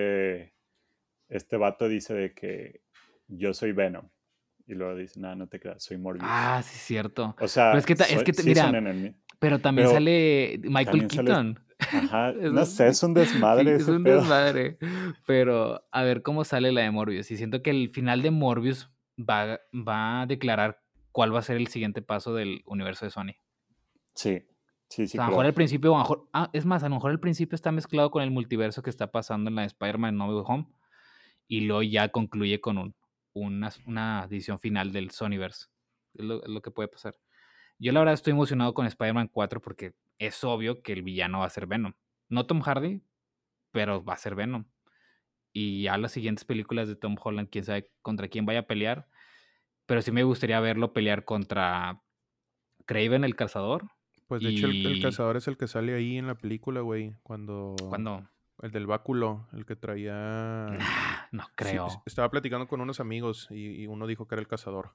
este vato dice de que yo soy Venom. Y luego dice, no te creas, soy Morbius. Ah, sí, cierto. O Pero sea, sí son mira, enemigos. pero también Pero sale Michael también sale, Keaton. ajá, no Eso sé, es un desmadre sí, es ese un pedo. desmadre. Pero a ver cómo sale la de Morbius. Y siento que el final de Morbius va a declarar cuál va a ser el siguiente paso del universo de Sony. Sí, O sea, a lo mejor creo. al principio, es más, a lo mejor al principio está mezclado con el multiverso que está pasando en la de Spider-Man No Way Home. Y luego ya concluye con una edición final del Sonyverse. Es lo que puede pasar. Yo la verdad estoy emocionado con Spider-Man 4 porque es obvio que el villano va a ser Venom. No Tom Hardy, pero va a ser Venom. Y ya las siguientes películas de Tom Holland, quién sabe contra quién vaya a pelear. Pero sí me gustaría verlo pelear contra Kraven el Cazador. Pues de hecho el cazador es el que sale ahí en la película, güey. ¿Cuándo? El del báculo, el que traía... No Sí, creo. estaba platicando con unos amigos y uno dijo que era el cazador.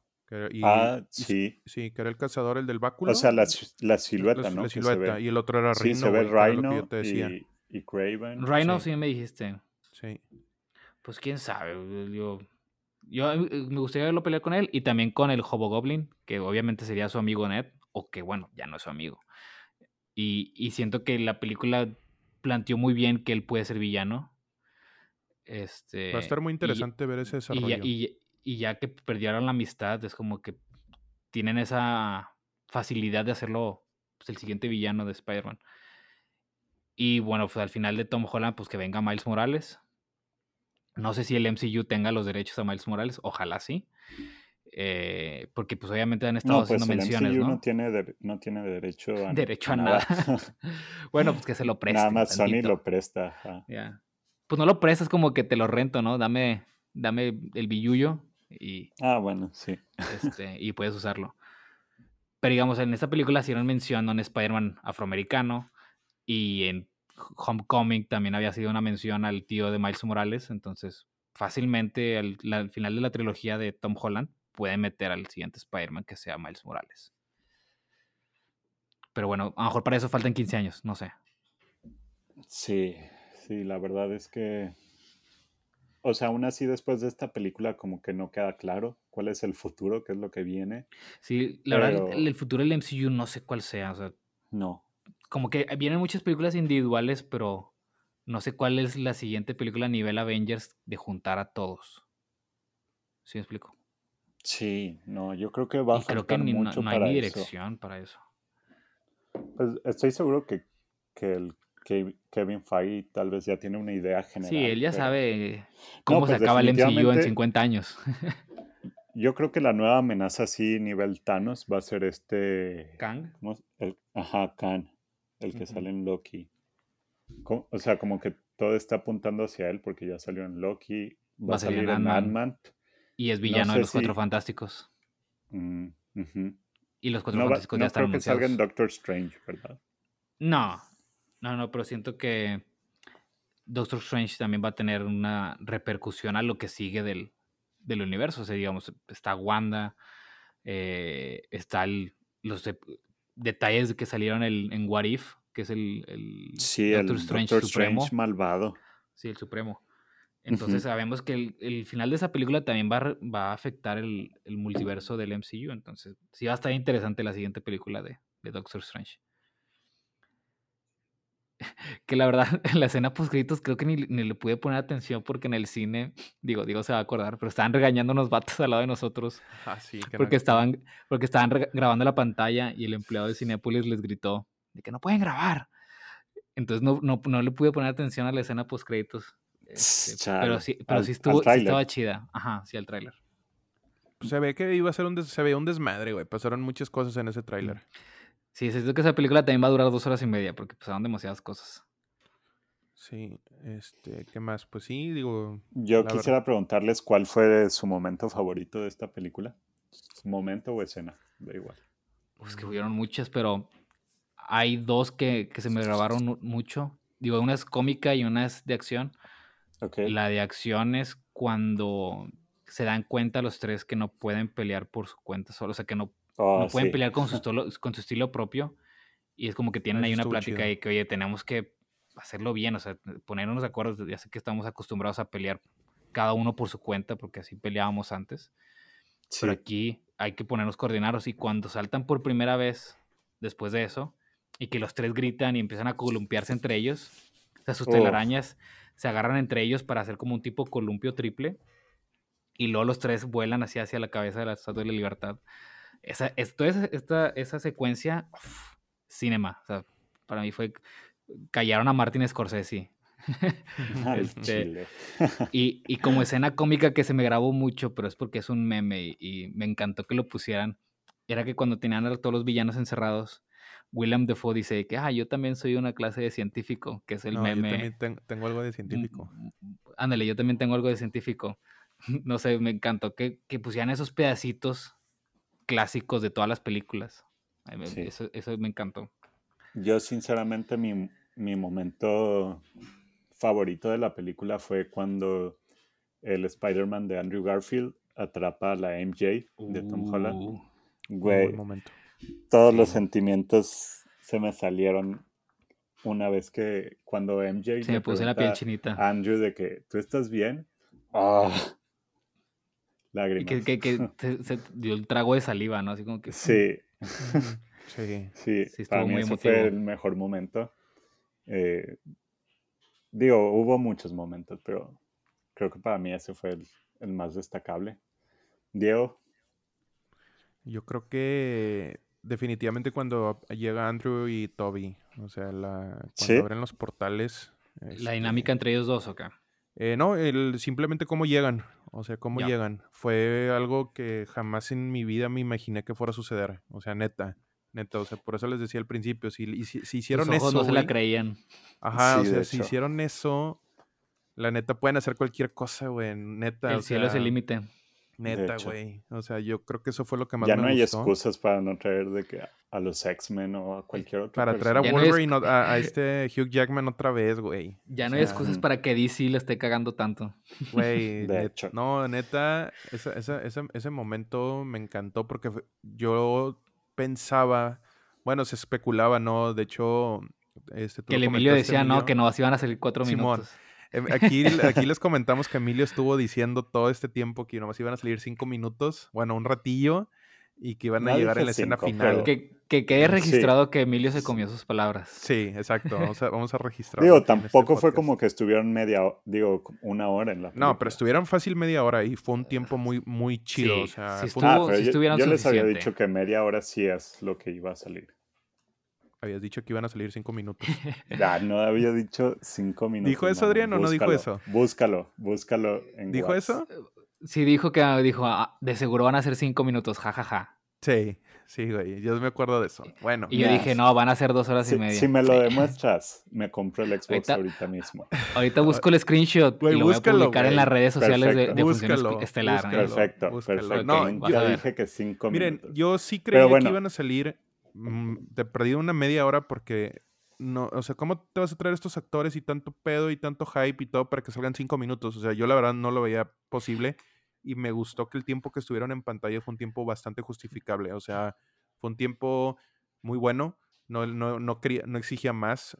Sí. Sí, que era el cazador, el del báculo. O sea, la silueta, ¿no? La Que se silueta. ve. Y el otro era Sí, Rhino, se ve güey, que era lo que yo Rhino te decía. y Kraven. Rhino Sí. sí me dijiste. Sí. Pues quién sabe. Yo me gustaría verlo pelear con él y también con el Hobgoblin, que obviamente sería su amigo Ned, o que bueno, ya no es su amigo. Y siento que la película planteó muy bien que él puede ser villano. Va a estar muy interesante ver ese desarrollo. Y ya que perdieron la amistad, es como que tienen esa facilidad de hacerlo pues, el siguiente villano de Spider-Man. Y bueno, pues al final de Tom Holland, pues que venga Miles Morales. No sé si el MCU tenga los derechos a Miles Morales, ojalá sí. Porque pues obviamente han estado haciendo el menciones, MCU ¿no? no tiene derecho a, Derecho a nada. nada. Bueno, pues que se lo presten. Nada más tantito. Sony lo presta. Ajá. Yeah. Pues no lo prestas, como que te lo rento, ¿no? Dame el billullo y, Bueno, sí. y puedes usarlo. Pero digamos, en esta película hicieron mención a un Spider-Man afroamericano y en Homecoming también había sido una mención al tío de Miles Morales, entonces fácilmente al final de la trilogía de Tom Holland puede meter al siguiente Spider-Man que sea Miles Morales. Pero bueno, a lo mejor para eso faltan 15 años, no sé. Sí, la verdad es que... O sea, aún así después de esta película como que no queda claro cuál es el futuro, qué es lo que viene. Sí, la verdad, el futuro del MCU no sé cuál sea, o sea... No. Como que vienen muchas películas individuales, pero no sé cuál es la siguiente película a nivel Avengers de juntar a todos. ¿Sí me explico? Sí, no, yo creo que va a creo que faltar mucho no hay para ni eso. dirección para eso. Pues estoy seguro que el Kevin Feige tal vez ya tiene una idea general. Sí, él ya pero... sabe cómo pues se acaba el MCU en definitivamente, 50 años. Yo creo que la nueva amenaza así nivel Thanos va a ser Kang. Kang, el que sale en Loki. O sea, como que todo está apuntando hacia él porque ya salió en Loki, va a salir en Ant-Man. Y es villano de los Cuatro Fantásticos. Uh-huh. Y los Cuatro Fantásticos ya están anunciados. No creo que salga en Doctor Strange, ¿verdad? No, pero siento que Doctor Strange también va a tener una repercusión a lo que sigue del universo. O sea, digamos, está Wanda, está los detalles que salieron en What If, que es el Doctor Strange malvado. Sí, el Supremo. Entonces sabemos que el final de esa película también va a afectar el multiverso del MCU. Entonces sí va a estar interesante la siguiente película de Doctor Strange. Que la verdad, en la escena post-créditos creo que ni le pude poner atención porque en el cine, digo se va a acordar, pero estaban regañando unos vatos al lado de nosotros. Sí, porque estaban grabando la pantalla y el empleado de Cinépolis les gritó de que no pueden grabar. Entonces no le pude poner atención a la escena post-créditos. Pero sí estaba chida. Ajá, sí, al tráiler. pues, se ve que iba a ser se veía un desmadre, güey. Pasaron muchas cosas en ese tráiler. Sí, siento que esa película también va a durar 2 horas y media porque pasaron demasiadas cosas. Sí, ¿qué más? Pues sí, digo, Yo la quisiera verdad. preguntarles cuál fue su momento favorito de esta película. ¿Momento o escena? Da igual. Pues que hubieron muchas, pero hay dos que se me grabaron mucho. Digo, una es cómica y una es de acción. Ok. La de acción es cuando se dan cuenta los tres que no pueden pelear por su cuenta solo, o sea, que no Oh, pueden sí. pelear con con su estilo propio. Y es como que tienen Eso ahí una estuvo plática chido. de que, oye, tenemos que hacerlo bien, o sea, ponernos de acuerdo. Ya sé que estamos acostumbrados a pelear cada uno por su cuenta, porque así peleábamos antes. Pero Sí. aquí hay que ponernos coordinados. Y cuando saltan por primera vez, después de eso, y que los tres gritan y empiezan a columpiarse entre ellos, o sea, sus Oh, telarañas se agarran entre ellos para hacer como un tipo columpio triple. Y luego los tres vuelan hacia la cabeza de la Estatua de la Libertad. Esa secuencia, cinema. O sea, para mí fue. Callaron a Martin Scorsese. al Este, chile. y como escena cómica que se me grabó mucho, pero es porque es un meme y me encantó que lo pusieran, era que cuando tenían a todos los villanos encerrados, Willem Dafoe dice que yo también soy una clase de científico, que es el No, yo meme. también tengo algo de científico. Ándale, yo también tengo algo de científico. No sé, me encantó que pusieran esos pedacitos clásicos de todas las películas. Sí. Eso me encantó. Yo, sinceramente, mi momento favorito de la película fue cuando el Spider-Man de Andrew Garfield atrapa a la MJ de Tom Holland. Un buen Güey, momento. todos Sí. los sentimientos se me salieron una vez que cuando MJ Se le me puse la piel pregunta chinita. a Andrew de que ¿tú estás bien? Ah, Y lágrimas. que se dio el trago de saliva, ¿no? Así como que. Sí, Ujú. Sí. sí, Sí, para estuvo mí muy ese fue emotivo. el mejor momento. Eh, Digo, hubo muchos momentos, pero creo que para mí ese fue el más destacable. Diego, Yo creo que definitivamente cuando llega Andrew y Toby, o sea, cuando sí, abren los portales, La dinámica entre ellos dos, ¿o qué? no, simplemente cómo llegan, o sea, cómo Ya. llegan. Fue algo que jamás en mi vida me imaginé que fuera a suceder, o sea, neta, o sea, por eso les decía al principio, si Sus hicieron ojos no eso, se la güey, creían. ajá, o sí, de sea, si hecho. hicieron eso, la neta pueden hacer cualquier cosa, güey, neta, o El cielo es el sea, límite. De neta, hecho. güey, o sea, yo creo que eso fue lo que más Ya me no hay gustó. excusas para no traer de que a los X-Men o a cualquier otra Para traer a persona. Ya no hay Wolverine, a este Hugh Jackman otra vez, güey. Ya O no hay sea, excusas para que DC le esté cagando tanto. güey, De hecho. no, neta, ese momento me encantó porque yo pensaba, bueno, se especulaba, ¿no? De hecho, tú Que lo el Emilio comentaste, decía, no, Emilio. que no iban a salir 4 Simón, minutos. aquí les comentamos que Emilio estuvo diciendo todo este tiempo que nomás iban a salir 5 minutos, bueno, un ratillo, y que iban a No llegar en dije la escena 5, final. pero Que quede sí. registrado que Emilio se comió sus palabras. Sí, exacto, vamos a registrarlo Digo, aquí en este tampoco fue podcast. como que estuvieron una hora en la película. No, pero estuvieron fácil media hora y fue un tiempo muy, muy chido. Sí, O sea, sí fue un- Pero estuvieron yo les había suficiente. dicho que media hora sí es lo que iba a salir. habías dicho que iban a salir 5 minutos. No había dicho 5 minutos. ¿Dijo eso, mamón. Adrián, o no dijo eso? Búscalo en ¿Dijo WhatsApp. eso? Sí, dijo, de seguro van a ser 5 minutos, jajaja. Sí, güey. Yo me acuerdo de eso. Bueno, Y yo dije, no, van a ser 2 horas y media. Si me lo demuestras, me compro el Xbox Ahorita- ahorita mismo. Ahorita busco el screenshot Güey, y lo voy a búscalo, publicar en las güey. redes sociales Perfecto. de Función Búscalo, Estelar. búscalo. Perfecto, búscalo. perfecto. No, vas Yo a ver. dije que 5 Miren, minutos. yo sí Pero creía bueno. que iban a salir de perdido una media hora porque no, o sea, ¿cómo te vas a traer estos actores y tanto pedo y tanto hype y todo para que salgan 5 minutos? O sea, yo la verdad no lo veía posible y me gustó que el tiempo que estuvieron en pantalla fue un tiempo bastante justificable. O sea, fue un tiempo muy bueno, no exigía más.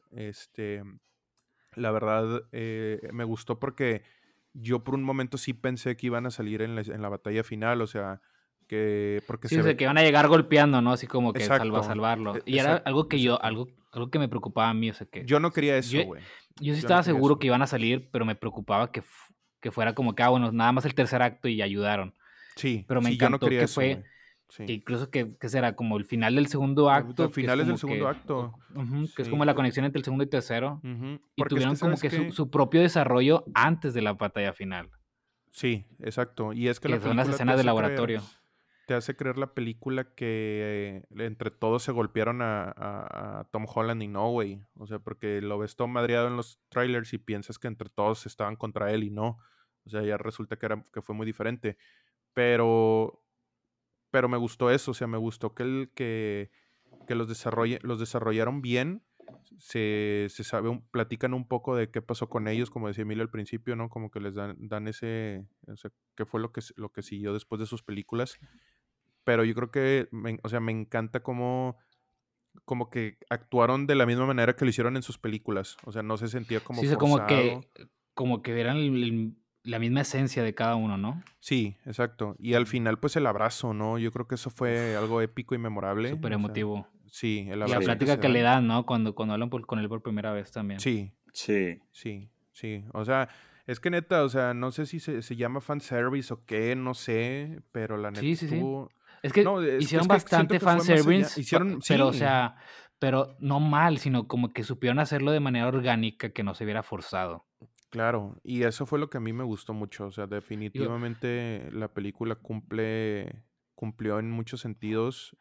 La verdad, me gustó porque yo por un momento sí pensé que iban a salir en la batalla final, o sea, porque Sí, se o sea, ve. que van a llegar golpeando, ¿no? Así como que Exacto. salvarlo. Y era Exacto, algo que exacto. algo que me preocupaba a mí, o sea, que Yo no quería yo, eso, güey. yo sí Yo estaba no quería seguro eso. que iban a salir, pero me preocupaba que fuera como que, bueno, nada más el tercer acto y ayudaron. Sí, Pero me sí, yo no encantó quería que eso, fue, güey. Sí. que incluso que será como el final del segundo acto, Al que es final es el como segundo que, acto. que es Sí. como la conexión entre el segundo y tercero. Ujú. Y Porque es tuvieron que, como ¿sabes que qué? su propio desarrollo antes de la batalla final. Sí, exacto. Y es que Que la son las película te escenas de hace creer, laboratorio. la película que entre todos se golpearon a Tom Holland y no, güey. O sea, porque lo ves todo madreado en los trailers y piensas que entre todos estaban contra él y no. O sea, ya resulta que fue muy diferente. Pero me gustó eso, o sea, me gustó que los desarrollaron bien. Se sabe, platican un poco de qué pasó con ellos, como decía Emilio al principio, ¿no? Como que les dan ese, o sea, qué fue lo que siguió después de sus películas. Pero yo creo que, o sea, me encanta como que actuaron de la misma manera que lo hicieron en sus películas. O sea, no se sentía como Sí, o sea, forzado. como que eran la misma esencia de cada uno, ¿no? Sí, exacto. Y al final, pues el abrazo, ¿no? Yo creo que eso fue algo épico y memorable. Súper O sea, emotivo. sí, el Y la abrazo que plática se que le dan. dan, ¿no? Cuando hablan con él por primera vez también. Sí, Sí. sí. O sea, es que neta, o sea, no sé si se llama fanservice o qué, no sé, pero la neta Sí. estuvo... Es que No, es hicieron que siento bastante que fue más allá. fanservice, Hicieron, pero, o sí, sea, pero no mal, sino como que supieron hacerlo de manera orgánica, que no se viera forzado. claro. Y eso fue lo que a mí me gustó mucho. O sea, Digo, definitivamente la película cumplió en muchos sentidos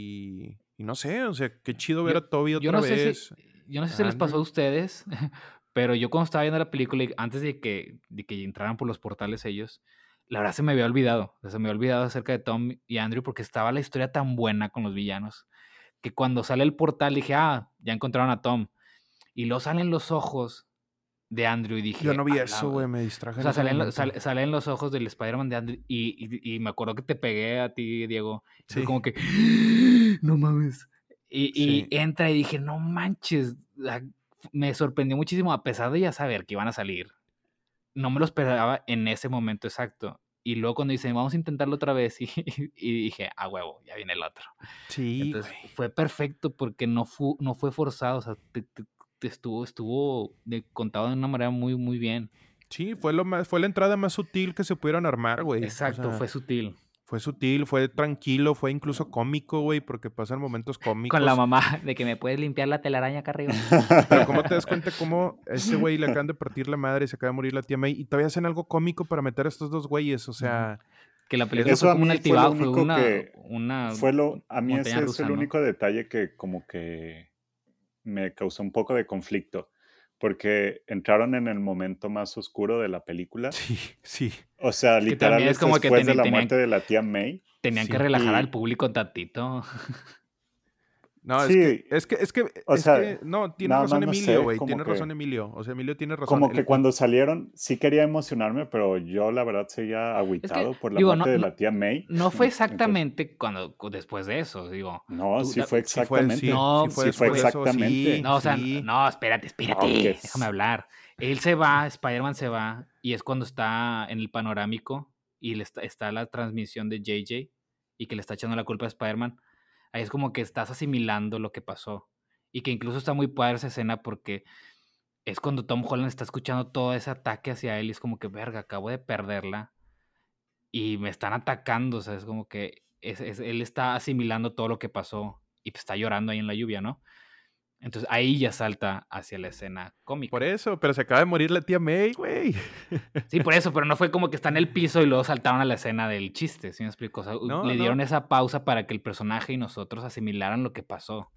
y no sé, o sea, qué chido ver yo, a Toby yo otra no sé si, vez, yo no sé si a les pasó a Andrew. ustedes, pero yo cuando estaba viendo la película, antes de que entraran por los portales ellos, la verdad se me había olvidado. O sea, se me había olvidado acerca de Tom y Andrew porque estaba la historia tan buena con los villanos que cuando sale el portal dije, ah, ya encontraron a Tom. Y luego salen los ojos de Andrew y Yo no dije, vi eso, güey, me distraje o en sea, ese momento. salen los ojos del Spider-Man de Andrew y me acuerdo que te pegué a ti, Diego. Y fue Sí, como que, no mames. Y sí. entra y dije, no manches. Me sorprendió muchísimo, a pesar de ya saber que iban a salir. No me lo esperaba en ese momento exacto. Y luego cuando dicen, vamos a intentarlo otra vez, y dije, a huevo, ya viene el otro. Sí, Entonces güey. fue perfecto porque no fue forzado, o sea, te estuvo contado de una manera muy, muy bien. Sí, fue la entrada más sutil que se pudieron armar, güey. O Exacto, sea, fue sutil. fue sutil, fue tranquilo, fue incluso cómico, güey, porque pasan momentos Con la cómicos. mamá de que me puedes limpiar la telaraña acá arriba. Pero ¿cómo te das cuenta cómo a este güey le acaban de partir la madre y se acaba de morir la tía May y todavía hacen algo cómico para meter a estos dos güeyes? O sea, Que la película es, Eso fue a como un mí fue lo altibajo, fue único que una a mí montaña ese es rusa, el ¿no? único detalle que como que me causó un poco de conflicto, porque entraron en el momento más oscuro de la película. sí, O sea, Es que literal también es es como que después de la muerte de la tía May. tenían que sí. relajar al Y público tantito. No, sí, o es sea, que, no, tienes nada más razón no Emilio, sé, güey, tienes razón Emilio. O sea, Emilio tiene razón. como que cuando salieron sí quería emocionarme, pero yo la verdad seguía Es que, agüitado por la digo, muerte de la tía May. no fue Entonces, exactamente después de eso, digo. no, Tú, sí fue Sí, exactamente. sí no, fue Sí fue después de eso, exactamente. no, o sea, sí. no, espérate, No, que déjame hablar. Él se va, Spider-Man se va, y es cuando está en el panorámico y está la transmisión de JJ y que le está echando la culpa a Spider-Man. Ahí es como que estás asimilando lo que pasó. Y que incluso está muy padre esa escena porque es cuando Tom Holland está escuchando todo ese ataque hacia él y es como que, verga, acabo de perderla y me están atacando, o sea, es como que él está asimilando todo lo que pasó y pues está llorando ahí en la lluvia, ¿no? Entonces ahí ya salta hacia la escena Por cómica. eso, pero se acaba de morir la tía May, güey. Sí, por eso, pero no fue como que está en el piso y luego saltaron a la escena del chiste, ¿sí me explico? O sea, No, le no. dieron esa pausa para que el personaje y nosotros asimilaran lo que pasó.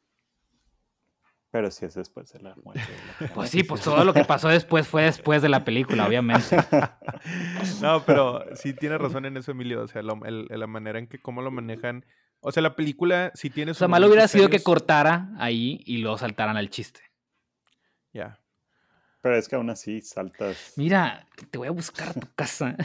pero sí es después de la muerte de la tía Pues May. sí, pues todo lo que pasó después fue después de la película, obviamente. No, pero sí tiene razón en eso, Emilio. O sea, la manera en que cómo lo manejan. O sea, la película sí tiene O sus sea, malo hubiera momentos sido que serios. cortara ahí y luego saltaran al chiste. Ya. Pero es que aún así saltas. Mira, te voy a buscar a tu casa.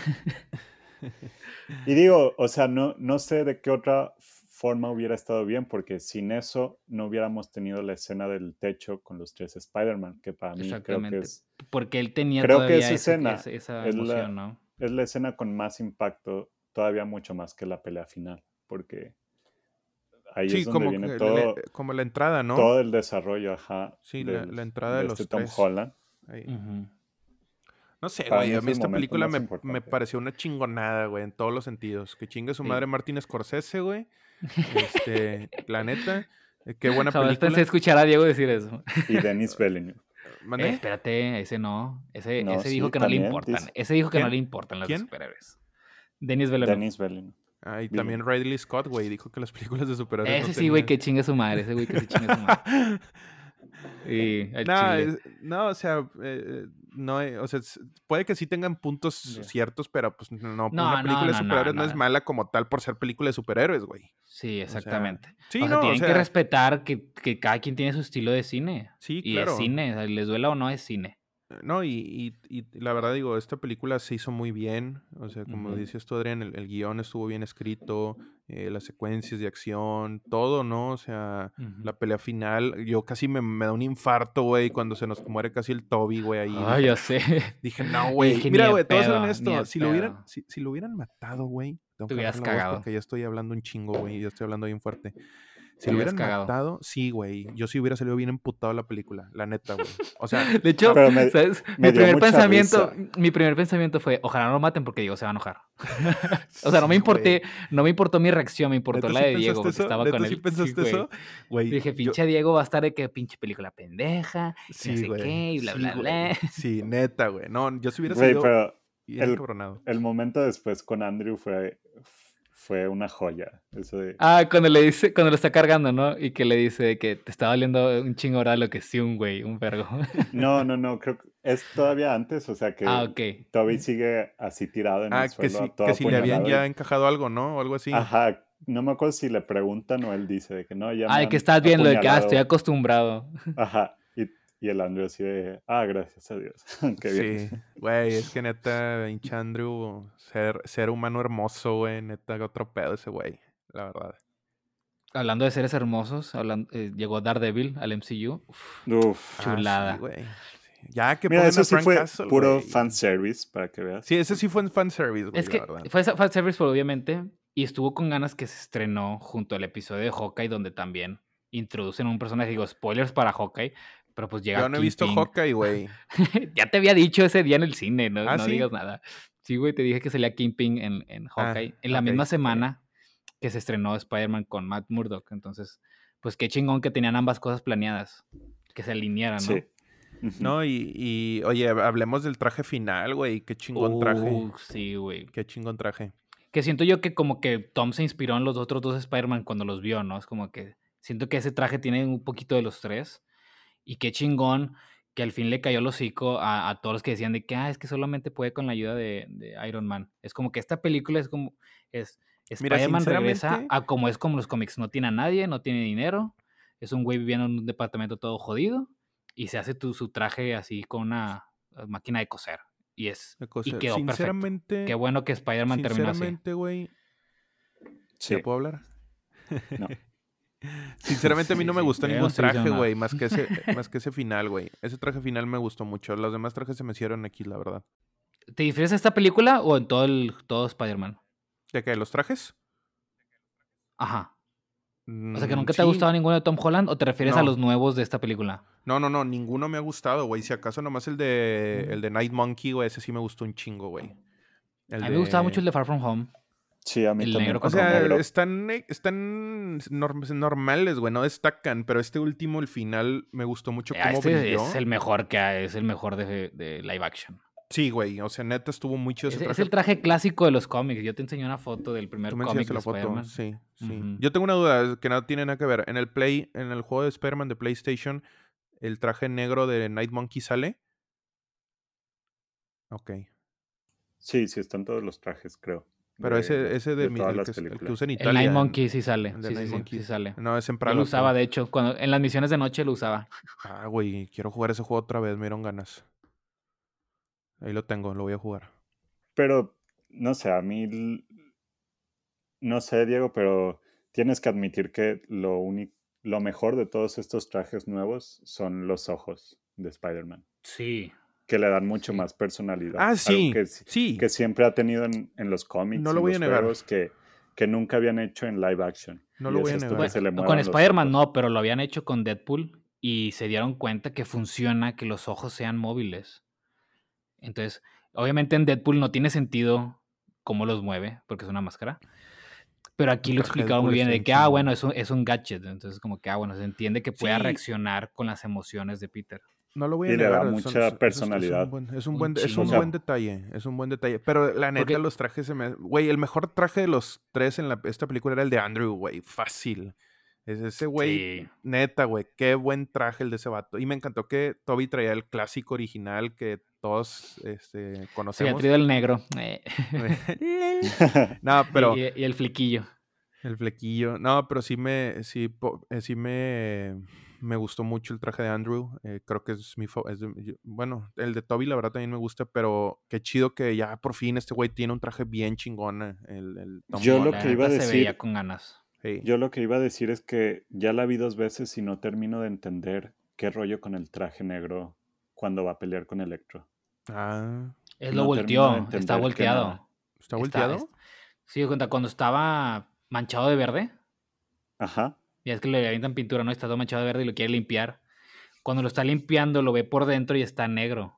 Y digo, o sea, no sé de qué otra forma hubiera estado bien, porque sin eso no hubiéramos tenido la escena del techo con los tres Spider-Man, que para mí Exactamente. Porque él tenía creo que todavía esa escena esa es emoción, ¿no? es la escena con más impacto, todavía mucho más que la pelea final, porque ahí es Sí, donde como, viene como la entrada, ¿no? todo el desarrollo, ajá, Sí, la entrada de de este los Tom tres. Holland. Ahí. Ujú. No sé, Para güey. mí A es mí el esta momento película más me importante. pareció una chingonada, güey, en todos los sentidos. Que chingue su madre Sí. Martin Scorsese, güey. La neta, qué buena Jamás pensé película. escuchar a Diego decir eso. Y Denis Villeneuve. ¿Mande? Espérate, ese no. Ese No, dijo sí, que no le también importan. dice Ese dijo que no ¿Quién? le importan los de ¿Quién? superhéroes. Denis Villeneuve. Denis Villeneuve. Ah, y también Ridley Scott, güey, dijo que las películas de superhéroes no Ese sí, güey, tenían... que chingue su madre. Ese güey que se chingue su madre. Y el No, chile. no, o sea, no, o sea, puede que sí tengan puntos Ya. ciertos, pero pues no, No, una no, película de no, no, superhéroes no es no. mala como tal por ser película de superhéroes, güey. Sí, O sea, exactamente. sí, O sea, no, o tienen que sea, respetar que cada quien tiene su estilo de cine. sí, Y es claro. cine, o sea, les duela o no es cine. No, y la verdad digo, esta película se hizo muy bien, o sea, como Ujú. dices tú, Adrián, el guión estuvo bien escrito, las secuencias de acción, todo, ¿no? O sea, Ujú. la pelea final, yo casi me da un infarto, güey, cuando se nos muere casi el Toby, güey, ahí. Ay, ya sé. Dije, no, Y güey. dije, Mira, ni de güey, te voy a ser pedo, ni honesto, de si lo hubieran, pedo. si lo hubieran matado, güey, tengo Te que hubieras bajar la voz cagado. porque ya estoy hablando un chingo, güey, ya estoy hablando bien fuerte. Si Te lo hubieras hubieran cagado. matado, sí, güey. Yo sí hubiera salido bien emputado la película, la neta, güey. O sea, De hecho, Pero ¿sabes? me dio mucha risa. Mi primer pensamiento fue, ojalá no lo maten porque Diego se va a enojar. O sea, no me sí, güey. no me importó mi reacción, me importó ¿Neta la sí de Diego pensaste porque eso? estaba con ¿Neta sí él. Sí, pensaste güey. eso? Güey, Dije, yo... pinche Diego va a estar de que pinche película pendeja, y no Sí, sé güey. qué, y bla, Sí, bla, güey. bla. Sí, neta, güey. No, yo sí hubiera Güey, salido pero bien encabronado. el momento después con Andrew fue una joya. Eso de... Ah, cuando le dice, cuando lo está cargando, ¿no? Y que le dice que te está doliendo un chingo ahora lo que sí, un güey, un vergo. No, creo que es todavía antes, o sea Ah, que ok. Toby sigue así tirado en el Ah, suelo, todo que si le habían apuñalado ya y... encajado algo, ¿no? O algo así. Ajá, no me acuerdo si le preguntan o él dice de que no, ya me Ay, que han estás bien, lo de que estoy apuñalado. acostumbrado. Ajá, y el Andrew así de, gracias a Dios, qué bien. Sí, güey, es que neta, pinche Andrew, ser humano hermoso, güey, neta, otro pedo ese güey, la verdad. Hablando de seres hermosos, llegó Daredevil al MCU. Uf, Uf. Ah, sí, chulada. güey. Sí. Ya que Mira, pongan eso a sí Frank fue Castle, puro güey. fanservice, para que veas. Sí, ese sí fue en fanservice, güey, Es la que verdad. fue fanservice, pero obviamente, y estuvo con ganas que se estrenó junto al episodio de Hawkeye, donde también introducen un personaje, digo, spoilers para Hawkeye, pero pues llega Yo no he visto Kingpin. Hawkeye, güey. Ya te había dicho ese día en el cine, no, ¿Ah, no sí? digas nada. Sí, güey, te dije que salía Kingpin en Hawkeye. En la ok, misma está bien. semana que se estrenó Spider-Man con Matt Murdock. Entonces, pues qué chingón que tenían ambas cosas planeadas, que se alinearan, ¿no? Sí. Ujú. No, oye, hablemos del traje final, güey. Qué chingón traje. Sí, güey. Qué chingón traje. Que siento yo que como que Tom se inspiró en los otros dos Spider-Man cuando los vio, ¿no? Es como que siento que ese traje tiene un poquito de los tres. Y qué chingón que al fin le cayó el hocico a todos los que decían de que, es que solamente puede con la ayuda de Iron Man. Es como que esta película es como, Mira, Spider-Man regresa sinceramente, a como es como los cómics. No tiene a nadie, no tiene dinero. Es un güey viviendo en un departamento todo jodido. Y se hace su traje así con una máquina de coser. Y quedó perfecto. sinceramente, Qué bueno que Spider-Man terminó así. sinceramente, güey, Sí. ¿ya puedo hablar? No. Sinceramente a mí Sí, no me sí, gustó yo no ningún estoy diciendo traje, güey, nada. más que ese final, güey. Ese traje final me gustó mucho. Los demás trajes se me hicieron aquí, la verdad. ¿Te difieres a esta película o en todo Spider-Man? ¿De qué? ¿Los trajes? Ajá. O sea, que nunca te ha Sí, gustado ninguno de Tom Holland o te refieres a no. los nuevos de esta película. No, ninguno me ha gustado, güey. Si acaso nomás el de Night Monkey, güey, ese sí me gustó un chingo, güey. A mí me gustaba mucho el de Far From Home. Sí, a mí El también. negro O con sea, negro. están normales, güey, no destacan, pero este último, el final, me gustó mucho cómo brilló. Es el mejor que hay, es el mejor de live action. Sí, güey, o sea, neta estuvo muy chido ese Es traje. el traje clásico de los cómics. Yo te enseñé una foto del primer Tú me cómic enseñaste de la foto, Spider-Man. sí. Ujú. Yo tengo una duda que no tiene nada que ver. En el juego de Spider-Man de PlayStation, ¿el traje negro de Night Monkey sale? Ok. Sí, están todos los trajes, creo. Pero ese De todas el las que películas. usa en El Italia. Night Monkey sí sale. el de Sí, Night sí, Monkey. sí sale. No, es en Yo Praga. lo usaba, pero- de hecho. En las misiones de noche lo usaba. Güey, quiero jugar ese juego otra vez, me dieron ganas. Ahí lo tengo, lo voy a jugar. Pero, no sé, a mí, no sé, Diego, pero tienes que admitir que lo mejor de todos estos trajes nuevos son los ojos de Spider-Man, Sí. que le dan mucho Sí. más personalidad. Ah, Algo sí, que, sí. que siempre ha tenido en los cómics No y lo en voy a los negar. juegos que nunca habían hecho en live action. No Y lo es voy a esto negar. que se le Con muevan los Spider-Man ojos. no, pero lo habían hecho con Deadpool y se dieron cuenta que funciona que los ojos sean móviles. Entonces, obviamente en Deadpool no tiene sentido cómo los mueve, porque es una máscara. Pero aquí El lo traje explicaron muy Deadpool bien, está de bien que, chingón. bueno, es un gadget. Entonces, como que, bueno, se entiende que pueda Sí. reaccionar con las emociones de Peter. No lo voy a Y le da negar, mucha personalidad. es un Un buen chingo. detalle, es un buen detalle. Pero la neta, Porque los trajes se me... Güey, el mejor traje de los tres en esta película era el de Andrew, güey, fácil. Es ese güey, sí, neta, güey, qué buen traje el de ese vato. Y me encantó que Toby traía el clásico original que todos sí, conocemos. atrido el negro. No, pero... Y el flequillo. El flequillo. No, pero me gustó mucho el traje de Andrew. Creo que es bueno, el de Toby la verdad también me gusta, pero qué chido que ya por fin este güey tiene un traje bien chingón, el Tom Yo lo La que Holland. iba a neta se veía decir, con ganas. Sí. yo lo que iba a decir es que ya la vi 2 veces y no termino de entender qué rollo con el traje negro cuando va a pelear con Electro. Ah, Él lo No termino de volteó, está entender qué nada. volteado. ¿está volteado? Sí, cuenta, cuando estaba manchado de verde, Ajá. ya es que le avientan pintura, ¿no? Está todo manchado de verde y lo quiere limpiar. Cuando lo está limpiando, lo ve por dentro y está negro.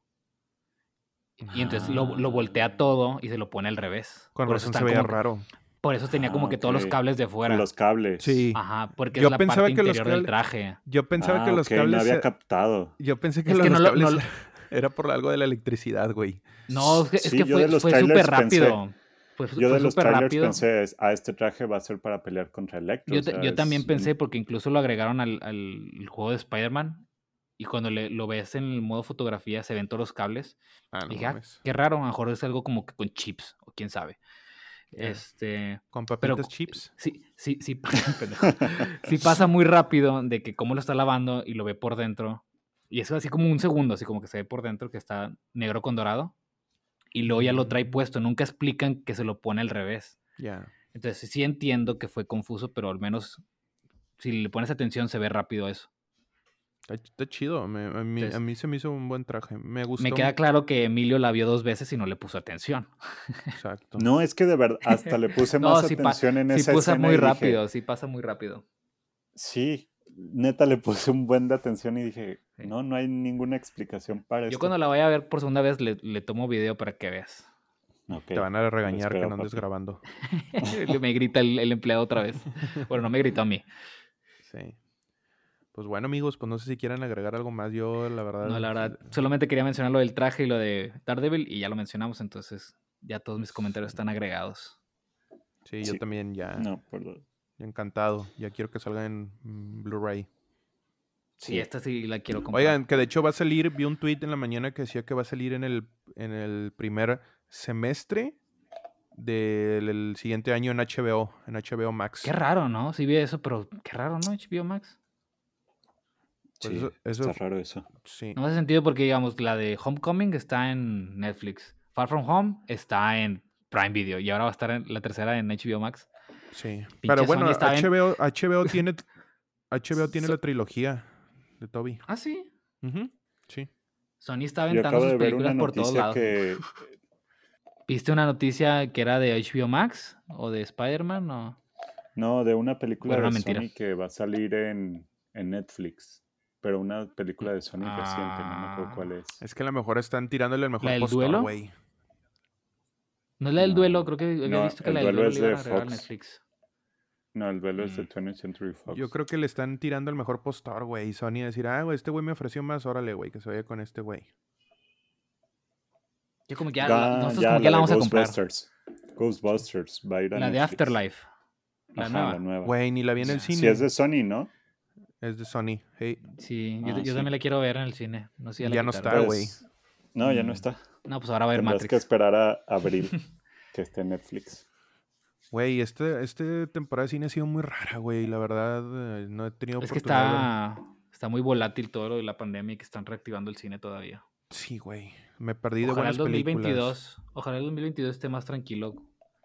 Y entonces lo voltea Ah, todo y se lo pone al revés. Con Por eso razón se están veía como que, raro. por eso tenía como que ok. todos los cables de Con fuera. los cables. Sí. Ajá, porque es Yo la pensaba parte que los interior del cables... traje. Yo pensaba que Ah, los ok, no cables... había captado. Yo pensé que Es lo que de los no cables lo- era por algo de la electricidad, güey. No, es Sí, que yo de los fue trailers súper rápido. yo Fue de los súper trailers rápido. pensé, este traje va a ser para pelear contra Electro, o sea, Yo también es pensé, porque incluso lo agregaron al juego de Spider-Man. Y cuando lo ves en el modo fotografía, se ven todos los cables. Ah, no Dije, mames. qué raro, a lo mejor es algo como que con chips, o quién sabe. Ya. Con Pero papitas chips. sí, pendejo. Sí pasa muy rápido de que cómo lo está lavando y lo ve por dentro. Y es así como un segundo, así como que se ve por dentro que está negro con dorado. Y luego ya lo trae puesto. Nunca explican que se lo pone al revés. Ya. Entonces sí entiendo que fue confuso, pero al menos si le pones atención se ve rápido eso. Está chido. A Entonces, mí se me hizo un buen traje. Me me gustó. queda claro que Emilio la vio 2 veces y no le puso atención. Exacto. No, es que de verdad, hasta le puse No, más atención en sí esa pasa escena muy y dije, rápido, sí pasa muy rápido. sí, neta le puse un buen de atención y dije, Sí. no hay ninguna explicación para Yo esto. cuando la vaya a ver por segunda vez le tomo video para que veas. Ok, Te van a regañar espero, que no andes papi. grabando. Me grita el empleado otra vez. Bueno, no me gritó a mí. Sí. Pues bueno, amigos, pues no sé si quieren agregar algo más. Yo, la verdad... No, la verdad, solamente quería mencionar lo del traje y lo de Daredevil y ya lo mencionamos, entonces ya todos mis comentarios están agregados. Sí, yo Sí. también ya No, perdón. encantado. Ya quiero que salga en Blu-ray. Sí, esta sí la quiero comprar. Oigan, que de hecho va a salir, vi un tweet en la mañana que decía que va a salir en el primer semestre del siguiente año en HBO Max. Qué raro, ¿no? Sí vi eso, pero qué raro, ¿no? HBO Max. Pues Sí, eso está raro eso. sí. No hace sentido porque, digamos, la de Homecoming está en Netflix. Far From Home está en Prime Video y ahora va a estar la tercera en HBO Max. Sí. Pinche Pero bueno, Sony está en- HBO tiene la trilogía de Toby. Ah, sí. Ujú, sí. Sony está Yo aventando acabo sus de ver una películas por todos noticia lados. que ¿Viste una noticia que era de HBO Max o de Spider-Man o...? no, de una película Era una de mentira. Sony que va a salir en Netflix, pero una película de Sony reciente, no me acuerdo cuál es. Es que a lo mejor están tirándole el mejor ¿La del postor, duelo? güey. No es la del No, duelo, creo que había no, visto que el la del duelo duelo es le iban de a agregar a Fox. Netflix. No, el duelo es de Mm. 20th Century Fox. Yo creo que le están tirando el mejor postor, güey. Y Sony a decir, güey, este güey me ofreció más, órale, güey, que se vaya con este güey. Yo como que ya, nosotros ya como que ya la la de vamos a comprar. Ghostbusters va a ir a La de Netflix. Afterlife. La Ajá, nueva. la nueva. Güey, ni la vi en el Sí cine. es de Sony, ¿no? Es de Sony. Hey, Sí, Ah, yo sí. también la quiero ver en el cine. No sé si ya la ya no quitaron. está, güey. Pues, no, ya no Mm. está. No, pues ahora va a ver Tendrás Matrix. que esperar a abril que esté en Netflix. Güey, este temporada de cine ha sido muy rara, güey. La verdad, no he tenido Es que oportunidad de ver. está muy volátil todo lo de la pandemia y que están reactivando el cine todavía. Sí, güey. Me perdí de Ojalá buenas películas. ojalá el 2022 esté más tranquilo.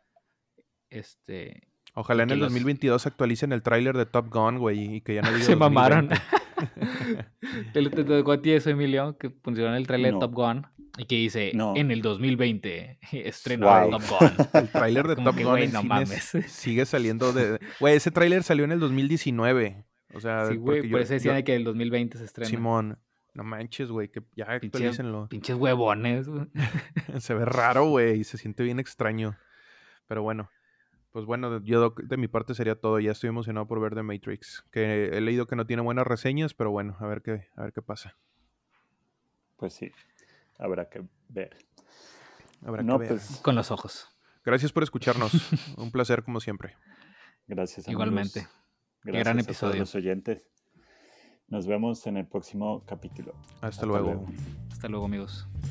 Ojalá y en que el los- 2022 actualicen el tráiler de Top Gun, güey, y que ya no diga Se mamaron. 2020. Te tocó a ti eso, Emilio, que pusieron el trailer No. de Top Gun y que dice, No. en el 2020 estreno Wow. Top Gun. El tráiler de Como Top que, Gun güey, en no cines mames. sigue saliendo de... Güey, ese tráiler salió en el 2019. O sea, Sí, güey, porque por eso decían que el 2020 se estrena. Simón, no manches, güey, que ya actualícenlo. Pinches huevones. Se ve raro, güey, y se siente bien extraño. Pero bueno, pues bueno, yo de mi parte sería todo. Ya estoy emocionado por ver The Matrix. Que he leído que no tiene buenas reseñas, pero bueno, a ver qué pasa. pues sí, habrá que ver. Habrá No, que ver. pues Con los ojos. Gracias por escucharnos. Un placer como siempre. gracias, amigos. Igualmente. Qué Gracias gran a todos episodio. los oyentes. Nos vemos en el próximo capítulo. Hasta luego. Hasta luego, amigos.